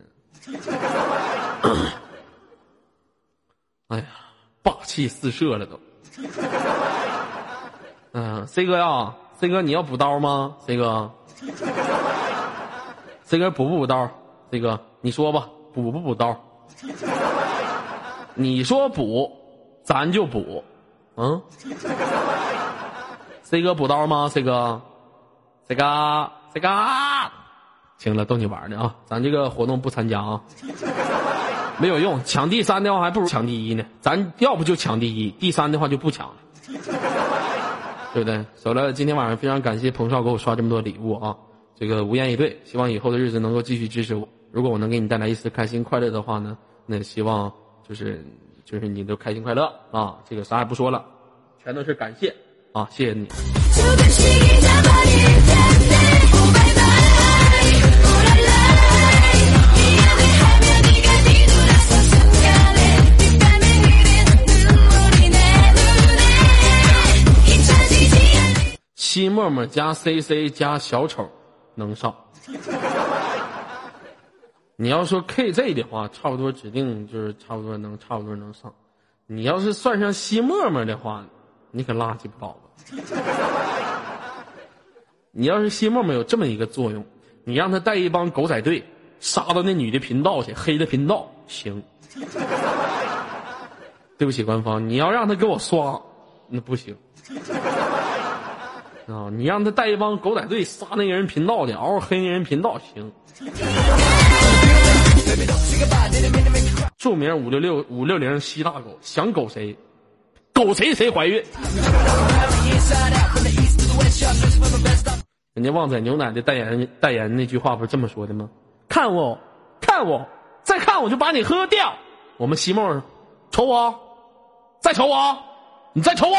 哎呀，霸气四射了都。C 哥呀 ，C 哥你要补刀吗 ？C 哥，C 哥补不补刀 ？C 哥，你说吧，补不补刀？你说补，咱就补。C 哥补刀吗 ？C 哥 ，C 哥。这个行了，逗你玩呢啊！咱这个活动不参加啊，没有用。抢第3的话还不如抢第1呢。咱要不就抢第1，第3的话就不抢了，对不对？走了，今天晚上非常感谢彭少给我刷这么多礼物啊，这个无言以对。希望以后的日子能够继续支持我。如果我能给你带来一丝开心快乐的话呢，那希望就是你都开心快乐啊！这个啥也不说了，全都是感谢啊！谢谢你。西沫沫加 CC 加小丑能上。你要说 KZ 的话，差不多指定就是差不多能上。你要是算上西沫沫的话，你可垃圾不倒吧。你要是西沫沫有这么一个作用，你让他带一帮狗仔队杀到那女的频道去，黑的频道行。对不起官方，你要让他给我刷那不行啊！你让他带一帮狗仔队杀那个人频道去，嗷黑那人频道行。著名560吸大狗，想狗谁狗谁怀孕。人家旺仔牛奶的代言那句话不是这么说的吗？看我再看我就把你喝掉。我们西梦瞅我，再瞅我，你再瞅我。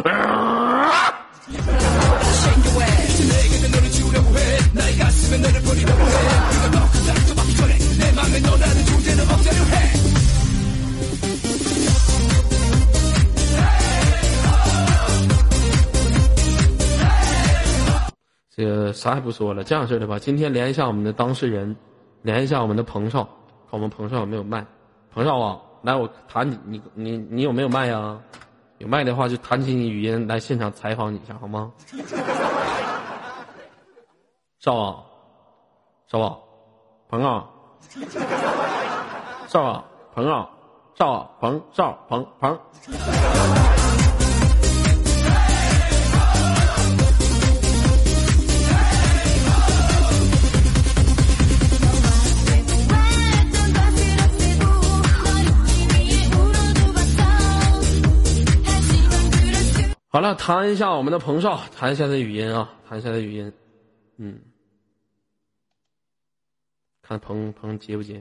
这个啥也不说了，这样式的吧，今天联系一下我们的当事人，联系一下我们的彭少，看我们彭少有没有麦。彭少啊，来我弹你有没有麦呀？有麦的话就弹起你语音来现场采访你一下好吗？少啊，彭啊，少啊，彭啊，少啊，彭。好了，弹一下我们的彭少，弹一下他语音啊，弹一下他语音。看彭接不接？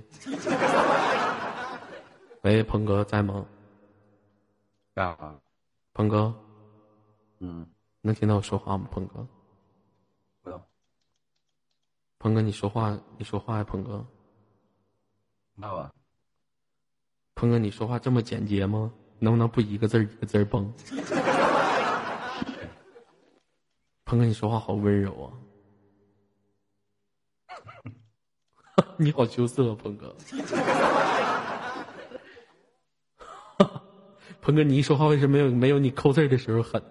喂，彭哥在吗？ 在。 彭哥，能听到我说话吗？彭哥， 不用。 彭哥，你说话呀，彭哥。 那吧。 彭哥，你说话这么简洁吗？能不能不一个字一个字崩？彭哥，你说话好温柔啊！你好羞涩，彭哥。彭哥，你一说话为什么没有你扣字的时候狠？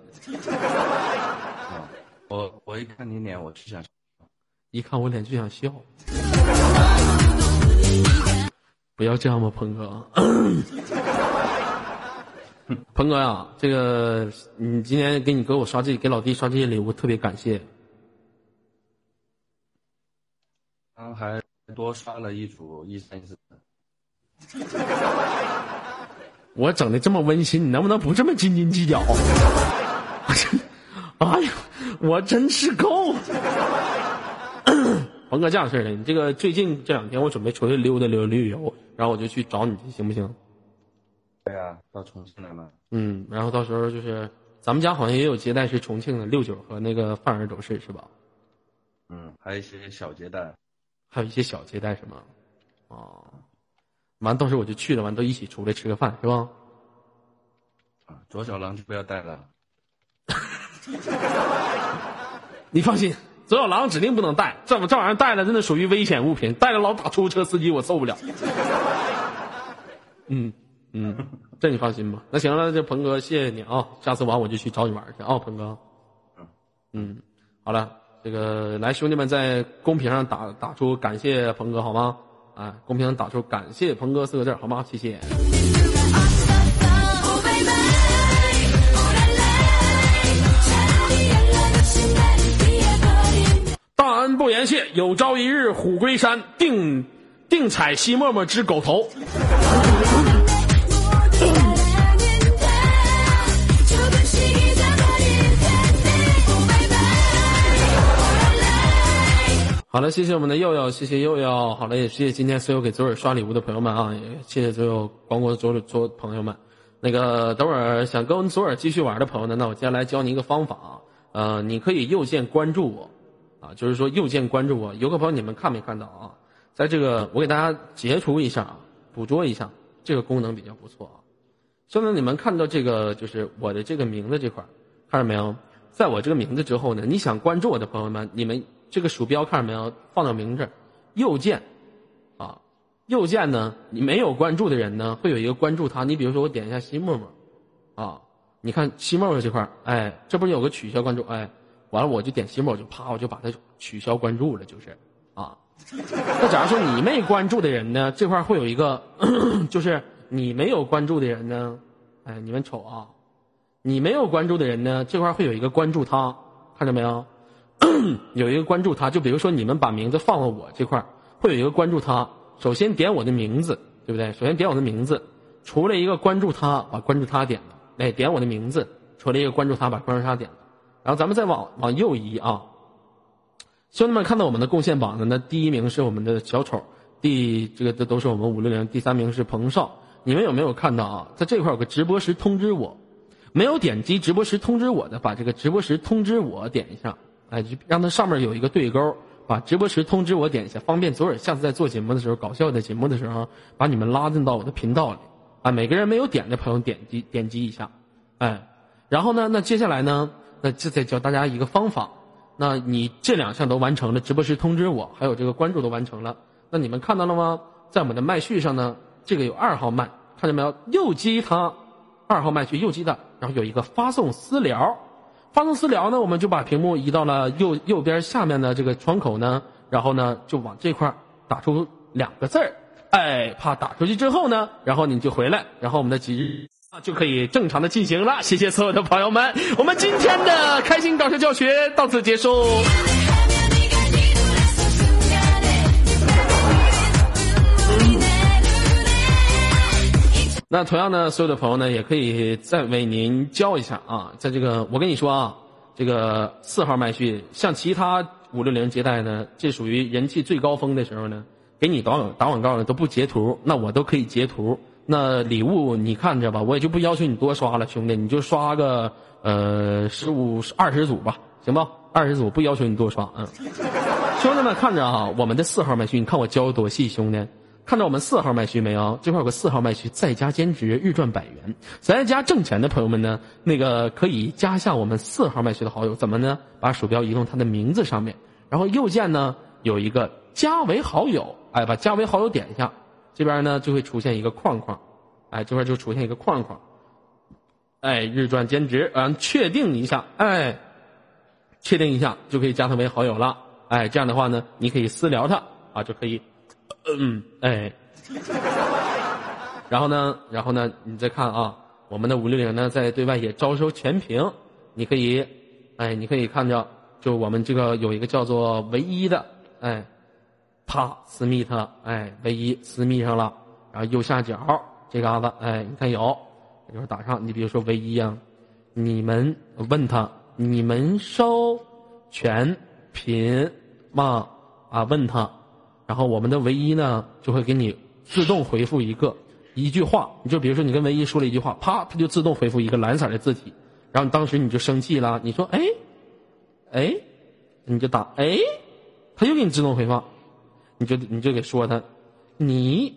我一看你脸，我就想， 一看我脸就想笑。不要这样吧，彭哥。彭哥呀，这个你今天给我刷给老弟刷这些礼物，特别感谢。 还多刷了一组134。 我整的这么温馨，你能不能不这么斤斤计较？哎呀，我真是够了。彭哥，这样式的，你这个最近这2天我准备出去溜达旅游，然后我就去找你去，行不行？ 对啊，到重庆来嘛。 然后到时候就是咱们家好像也有接待是重庆的69和那个范儿都是吧？ 还有一些小接待。 还有一些小接待是吗？哦，完到时候我就去了，完都一起出来吃个饭是吧？ 左小狼就不要带了。 你放心， 左小狼指定不能带，这玩意儿带了真的属于危险物品，带了老打出租车司机我受不了。这你放心吧。那行了，这鹏哥谢谢你啊，下次完我就去找你玩去啊，鹏哥。好了，这个来兄弟们在公屏上打出感谢鹏哥好吗？公屏上打出感谢鹏哥4个字好吗？谢谢。大恩不言谢，有朝一日虎归山，定采西沫沫之狗头。好了，谢谢我们的佑佑，谢谢佑佑。好了，也谢谢今天所有给左耳刷礼物的朋友们啊，也谢谢所有光国左耳朋友们。那个等会儿想跟左耳继续玩的朋友呢，那我接下来教你一个方法你可以右键关注我就是说右键关注我。有个朋友你们看没看到啊？在这个我给大家截图一下捕捉一下，这个功能比较不错兄弟你们看到这个就是我的这个名字这块，看到没有？在我这个名字之后呢，你想关注我的朋友们，你们这个鼠标看到没有？放到名字右键右键呢，你没有关注的人呢，会有一个关注他。你比如说我点一下西沫沫你看西沫沫这块，这不是有个取消关注，完了我就点西沫，我就把它取消关注了，就是那假如说你没关注的人呢，这块会有一个就是你没有关注的人呢，你们瞅你没有关注的人呢，这块会有一个关注他，看到没有？有一个关注他，就比如说你们把名字放到我这块，会有一个关注他。首先点我的名字，对不对？首先点我的名字，除了一个关注他，把关注他点了。点我的名字，除了一个关注他，把关注他点了。然后咱们再往右移兄弟们看到我们的贡献榜的呢，第1名是我们的小丑，这个都是我们560，第3名是彭少。你们有没有看到在这块有个直播时通知我？没有点击直播时通知我的，把这个直播时通知我点一下，就让它上面有一个对勾，把直播时通知我点一下，方便左耳下次在做节目的时候，搞笑的节目的时候，把你们拉进到我的频道里每个人没有点的朋友点击一下然后呢，那接下来呢，那就再教大家一个方法。那你这2项都完成了，直播时通知我，还有这个关注都完成了，那你们看到了吗？在我们的麦序上呢，这个有2号麦，看见没有？右击它，2号麦序右击的，然后有一个发送私聊。发送私聊呢，我们就把屏幕移到了右边下面的这个窗口呢，然后呢就往这块打出2个字儿，怕打出去之后呢，然后你就回来，然后我们的几日就可以正常的进行了。谢谢所有的朋友们，我们今天的开心搞笑教学到此结束。那同样呢，所有的朋友呢，也可以再为您教一下在这个我跟你说这个4号麦序，像其他560接待呢，这属于人气最高峰的时候呢，给你打广告呢都不截图，那我都可以截图。那礼物你看着吧，我也就不要求你多刷了，兄弟，你就刷个20组吧，行吧？20组不要求你多刷兄弟们看着我们的4号麦序，你看我教的多细，兄弟。看到我们4号麦序没有？这块有个4号麦序，在家兼职日赚100元，在家挣钱的朋友们呢，那个可以加下我们4号麦序的好友，怎么呢？把鼠标移动他的名字上面，然后右键呢有一个加为好友，把加为好友点一下，这边呢就会出现一个框框，这边就出现一个框框，日赚兼职，确定一下，确定一下就可以加他为好友了，这样的话呢，你可以私聊他就可以。然后呢，你再看我们的560呢，在对外也招收全屏，你可以看着，就我们这个有一个叫做唯一的，啪私密它，唯一私密上了，然后右下角这嘎子，你看有，一会儿打上，你比如说唯一你们问他，你们收全屏吗？问他。然后我们的唯一呢就会给你自动回复一句话，你就比如说你跟唯一说了一句话，啪，它就自动回复一个蓝色的字体，然后当时你就生气了，你说你就打他又给你自动回复，你就给说他，你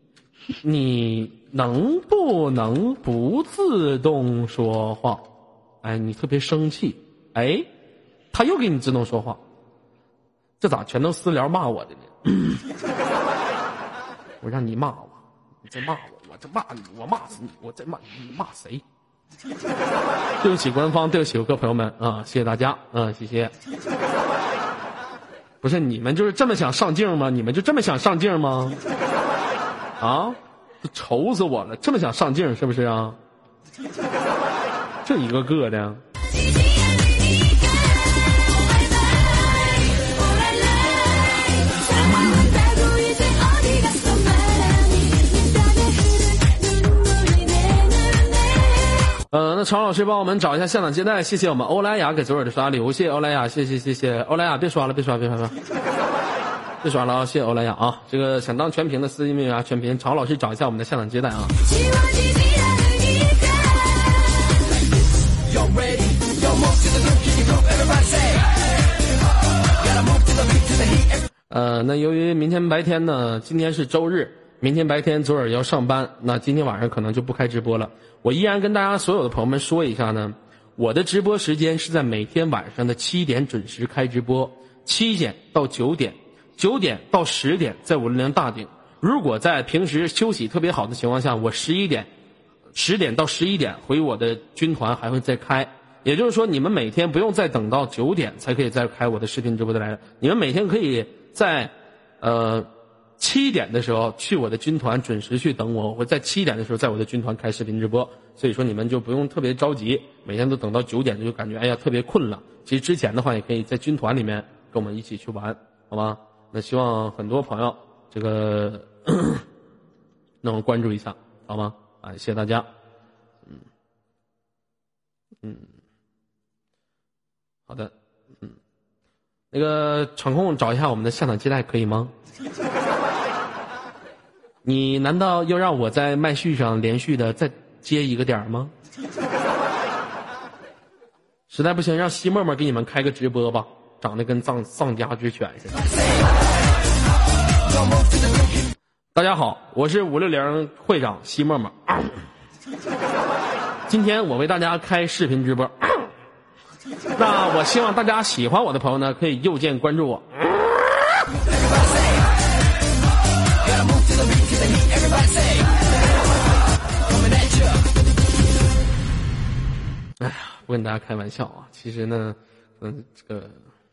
能不能不自动说话？你特别生气，他又给你自动说话， 这咋全都私聊骂我的呢？我让你骂我，你再骂我，我这骂你，我骂死你，我再骂你，骂谁？对不起官方，对不起各位朋友们啊，谢谢大家啊，谢谢。不是你们就是这么想上镜吗？你们就这么想上镜吗？啊，愁死我了！这么想上镜是不是啊？这一个个的。那常老师帮我们找一下现场接待，谢谢我们欧莱雅给左耳的刷礼物，谢谢欧莱雅，谢谢欧莱雅，别刷了，别刷了啊！谢谢欧莱雅啊！这个想当全屏的私信密码全屏，常老师找一下我们的现场接待啊。那由于明天白天呢，今天是周日。明天白天左耳要上班，那今天晚上可能就不开直播了。我依然跟大家所有的朋友们说一下呢，我的直播时间是在每天晚上的7点准时开直播，7点到9点，9点到10点在560大顶。如果在平时休息特别好的情况下，我10点到11点回我的军团还会再开。也就是说，你们每天不用再等到9点才可以再开我的视频直播的来了，你们每天可以在7点的时候去我的军团准时去等我，我会在7点的时候在我的军团开视频直播，所以说你们就不用特别着急，每天都等到9点就感觉哎呀特别困了。其实之前的话也可以在军团里面跟我们一起去玩，好吗？那希望很多朋友这个能关注一下，好吗？啊，谢谢大家。好的，那个场控找一下我们的现场接待可以吗？你难道又让我在麦序上连续的再接一个点吗？实在不行让西沫沫给你们开个直播吧，长得跟丧家之犬似的。大家好，我是560会长西沫沫。今天我为大家开视频直播，那我希望大家喜欢我的朋友呢，可以右键关注我。哎呀，不跟大家开玩笑啊，其实呢，这个。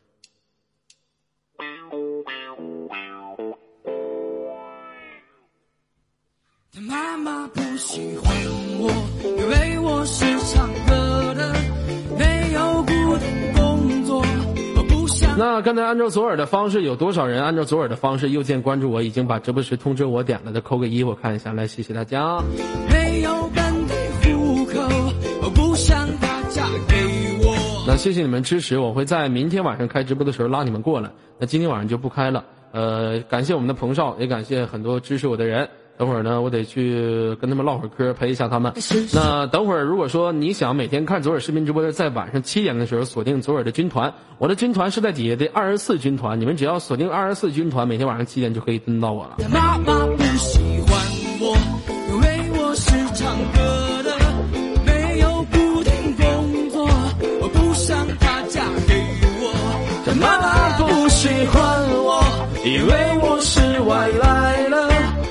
妈妈不喜欢我，因为我是唱歌的，没有固定工作，我不想。 那刚才按照左耳的方式，有多少人按照左耳的方式右键关注我？已经把直播时通知我点了的，扣个1，我看一下，来，谢谢大家。 没有本地户口，我不想大家给我。 那谢谢你们支持，我会在明天晚上开直播的时候拉你们过来。那今天晚上就不开了。感谢我们的彭少，也感谢很多支持我的人。等会儿呢，我得去跟他们唠会儿嗑，陪一下他们。那等会儿如果说你想每天看左耳视频直播的，在晚上7点的时候锁定左耳的军团，我的军团是在底下的24军团，你们只要锁定24军团，每天晚上7点就可以蹲到我了。 妈妈不喜欢我，因为我是唱歌的，没有固定工作，我不想她嫁给我。妈妈不喜欢我，因为我是外来的。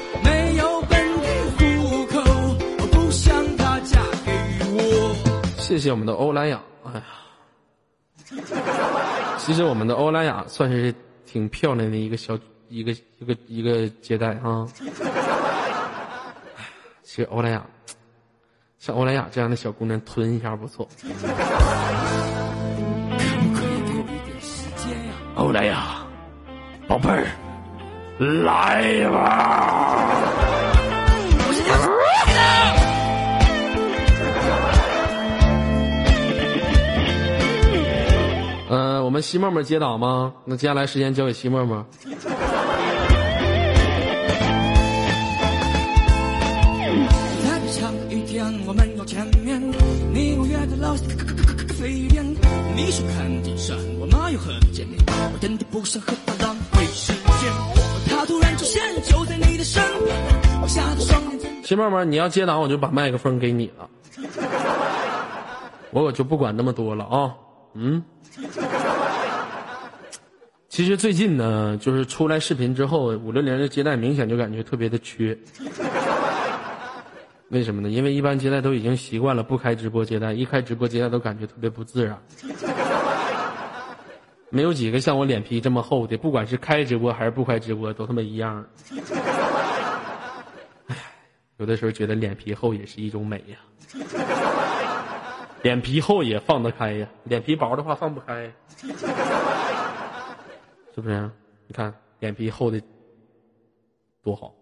谢谢我们的欧莱雅，哎呀，其实我们的欧莱雅算是挺漂亮的一个一个接待啊。其实欧莱雅，像欧莱雅这样的小姑娘吞一下不错。欧莱雅，宝贝儿，来吧。我们西沫沫接档吗？那接下来时间交给西沫沫。 再长一天，我们要见面。你我约的老飞点，你说看金山，我妈又和你见面。我真的不想和他浪费时间。他突然出现，就在你的身边。我吓得双眼。 西沫沫，你要接档，我就把麦克风给你了。我就不管那么多了啊。 其实最近呢，就是出来视频之后，560的接待明显就感觉特别的缺。为什么呢？因为一般接待都已经习惯了不开直播接待，一开直播接待都感觉特别不自然。没有几个像我脸皮这么厚的，不管是开直播还是不开直播都他妈一样。有的时候觉得脸皮厚也是一种美呀。脸皮厚也放得开呀，脸皮薄的话放不开，是不是？你看脸皮厚的多好。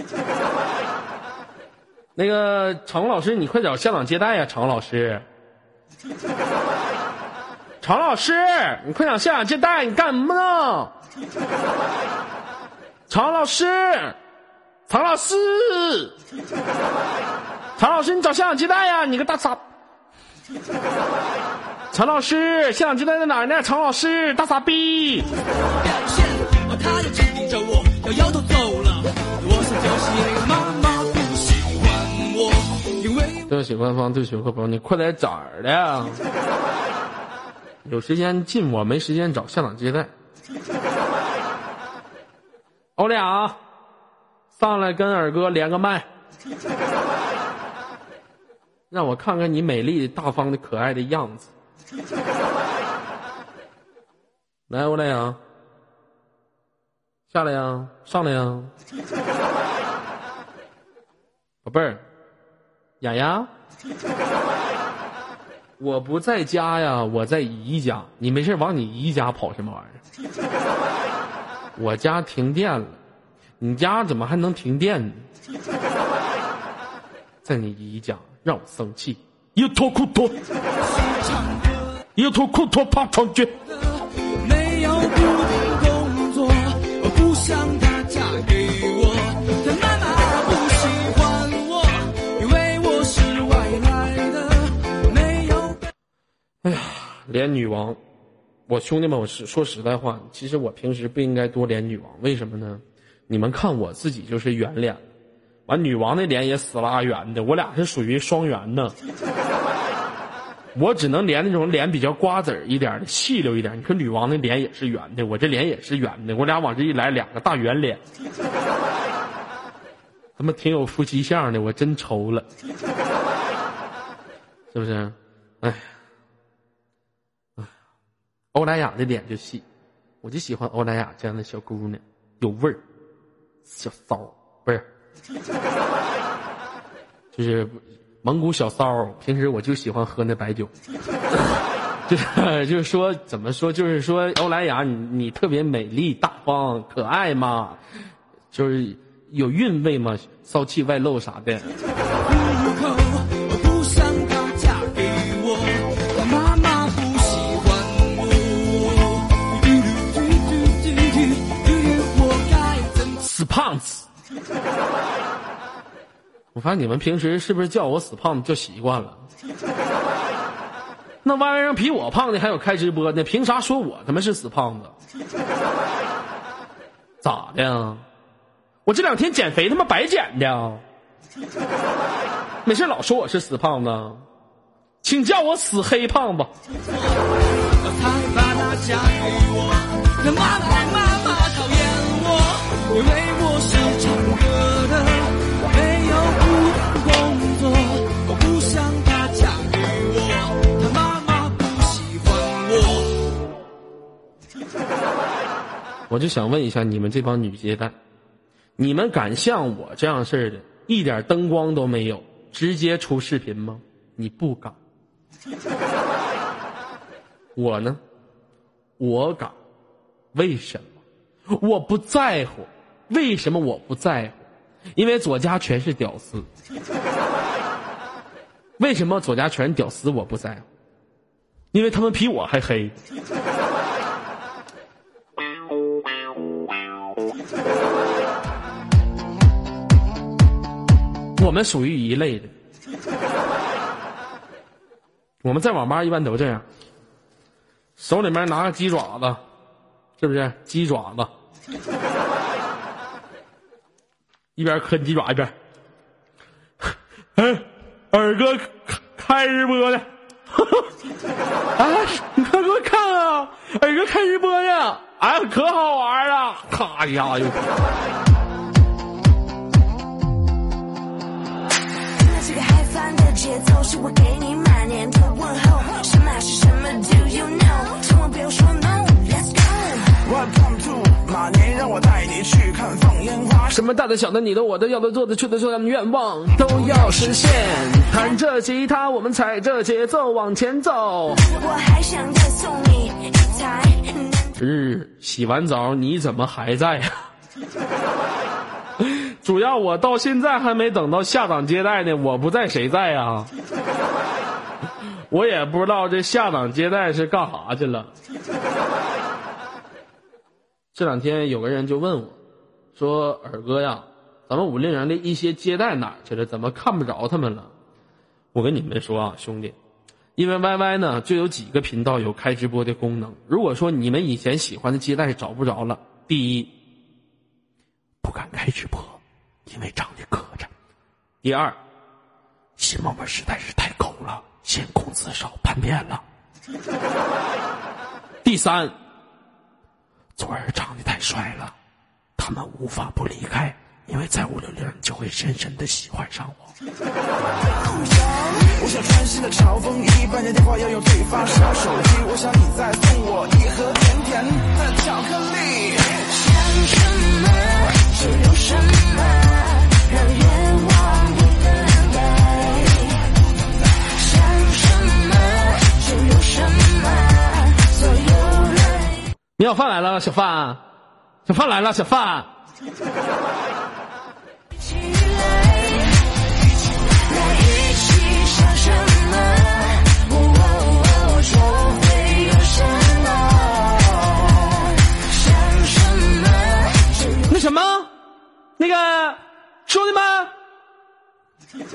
那个常老师，你快找校长接待呀，常老师。常老师，你快找校长接待，你干什么呢？常老师，常老师，常老师，你找校长接待呀，你个大傻。常老师，校长接待在哪儿呢？常老师，大傻逼。 他又紧盯着我，摇摇头走了。我想就是妈妈不喜欢我，因为对不起官方，对不起朋友，你快点找的呀！有时间进我，没时间找校长接待。欧俩，上来跟二哥连个麦，让我看看你美丽大方的可爱的样子。来，欧俩，下来呀，上来呀，宝贝儿，雅雅。我不在家呀，我在姨家。你没事往你姨家跑什么玩意儿？我家停电了，你家怎么还能停电呢？在你姨家让我生气，一脱裤脱，一脱裤脱爬床去。 没有固定工作，我不想她嫁给我，她妈妈不喜欢我，因为我是外来的，没有。 哎呀，连女王，我兄弟们，我说实在话，其实我平时不应该多连女王，为什么呢？你们看我自己就是圆脸，完女王的脸也死拉圆的，我俩是属于双圆的。我只能连那种脸比较瓜子一点的细溜一点，你看女王的脸也是圆的，我这脸也是圆的，我俩往这一来，两个大圆脸，他妈挺有夫妻相的，我真愁了，是不是？哎，欧莱雅的脸就细，我就喜欢欧莱雅这样的小姑娘，有味儿，小骚不是，就是蒙古小骚，平时我就喜欢喝那白酒。就是说怎么说，就是说欧莱雅你特别美丽大方可爱嘛，就是有韵味嘛，骚气外露啥的。死胖子。我发现你们平时是不是叫我死胖子叫习惯了？那玩意儿比我胖的还有开直播呢，凭啥说我他妈是死胖子？咋的？我这2天减肥他妈白减的，没事老说我是死胖子，请叫我死黑胖子。因为我是唱歌的，没有固定工作，我不想她嫁给我，她妈妈不喜欢我。我就想问一下你们这帮女接待，你们敢像我这样式的，一点灯光都没有，直接出视频吗？你不敢。我呢，我敢。为什么？我不在乎。为什么我不在乎？因为左家全是屌丝。为什么左家全是屌丝我不在乎？因为他们比我还黑。我们属于一类的。我们在网吧一般都这样，手里面拿个鸡爪子，是不是鸡爪子？一边啃鸡爪一边，哎，二哥开直播呢，啊，你快给我看啊，二哥开直播呢，啊， 哎，可好玩了，咔一下又。 这个嗨翻的节奏是我给你满年的问候，什么是什么 Do you know？ 千万不要说 No。Let's go。Welcome to 马年，让我带你去看放烟花。 什么大的小的你的我的要的做的去的所有愿望都要实现。弹着吉他，我们踩着节奏往前走。 我还想再送你一台。 洗完澡你怎么还在呀？主要我到现在还没等到下档接待呢，我不在谁在呀？我也不知道这下档接待是干啥去了。这两天有个人就问我说，尔哥呀，咱们560人的一些接待哪去了，怎么看不着他们了？我跟你们说啊，兄弟，因为 YY 呢就有几个频道有开直播的功能，如果说你们以前喜欢的接待找不着了，第一，不敢开直播，因为长得磕碜；第二，新猫们实在是太狗了，嫌工资少叛变了；第三，左儿长得太帅了，他们无法不离开，因为在560就会深深的喜欢上我。 我想穿新的嘲讽衣，半夜电话要用对方刷手机，我想你再送我一盒甜甜的巧克力。想什么就有什么，让愿望不等待。想什么就有什么，所有人。 你小范来了，小范，小范来了，小范。那什么，那个兄弟们，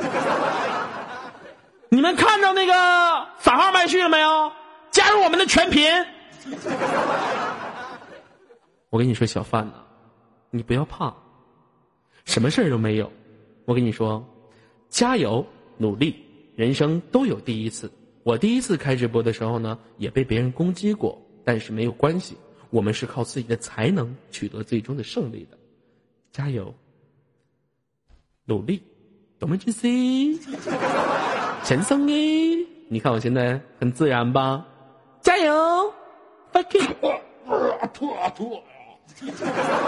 你们看到那个3号麦序了没有？加入我们的全频。我跟你说，小范呐，你不要怕，什么事儿都没有。我跟你说，加油努力，人生都有第一次。我第一次开直播的时候呢，也被别人攻击过，但是没有关系，我们是靠自己的才能取得最终的胜利的。加油努力，懂吗？这是前生诶，你看我现在很自然吧？加油 fuck it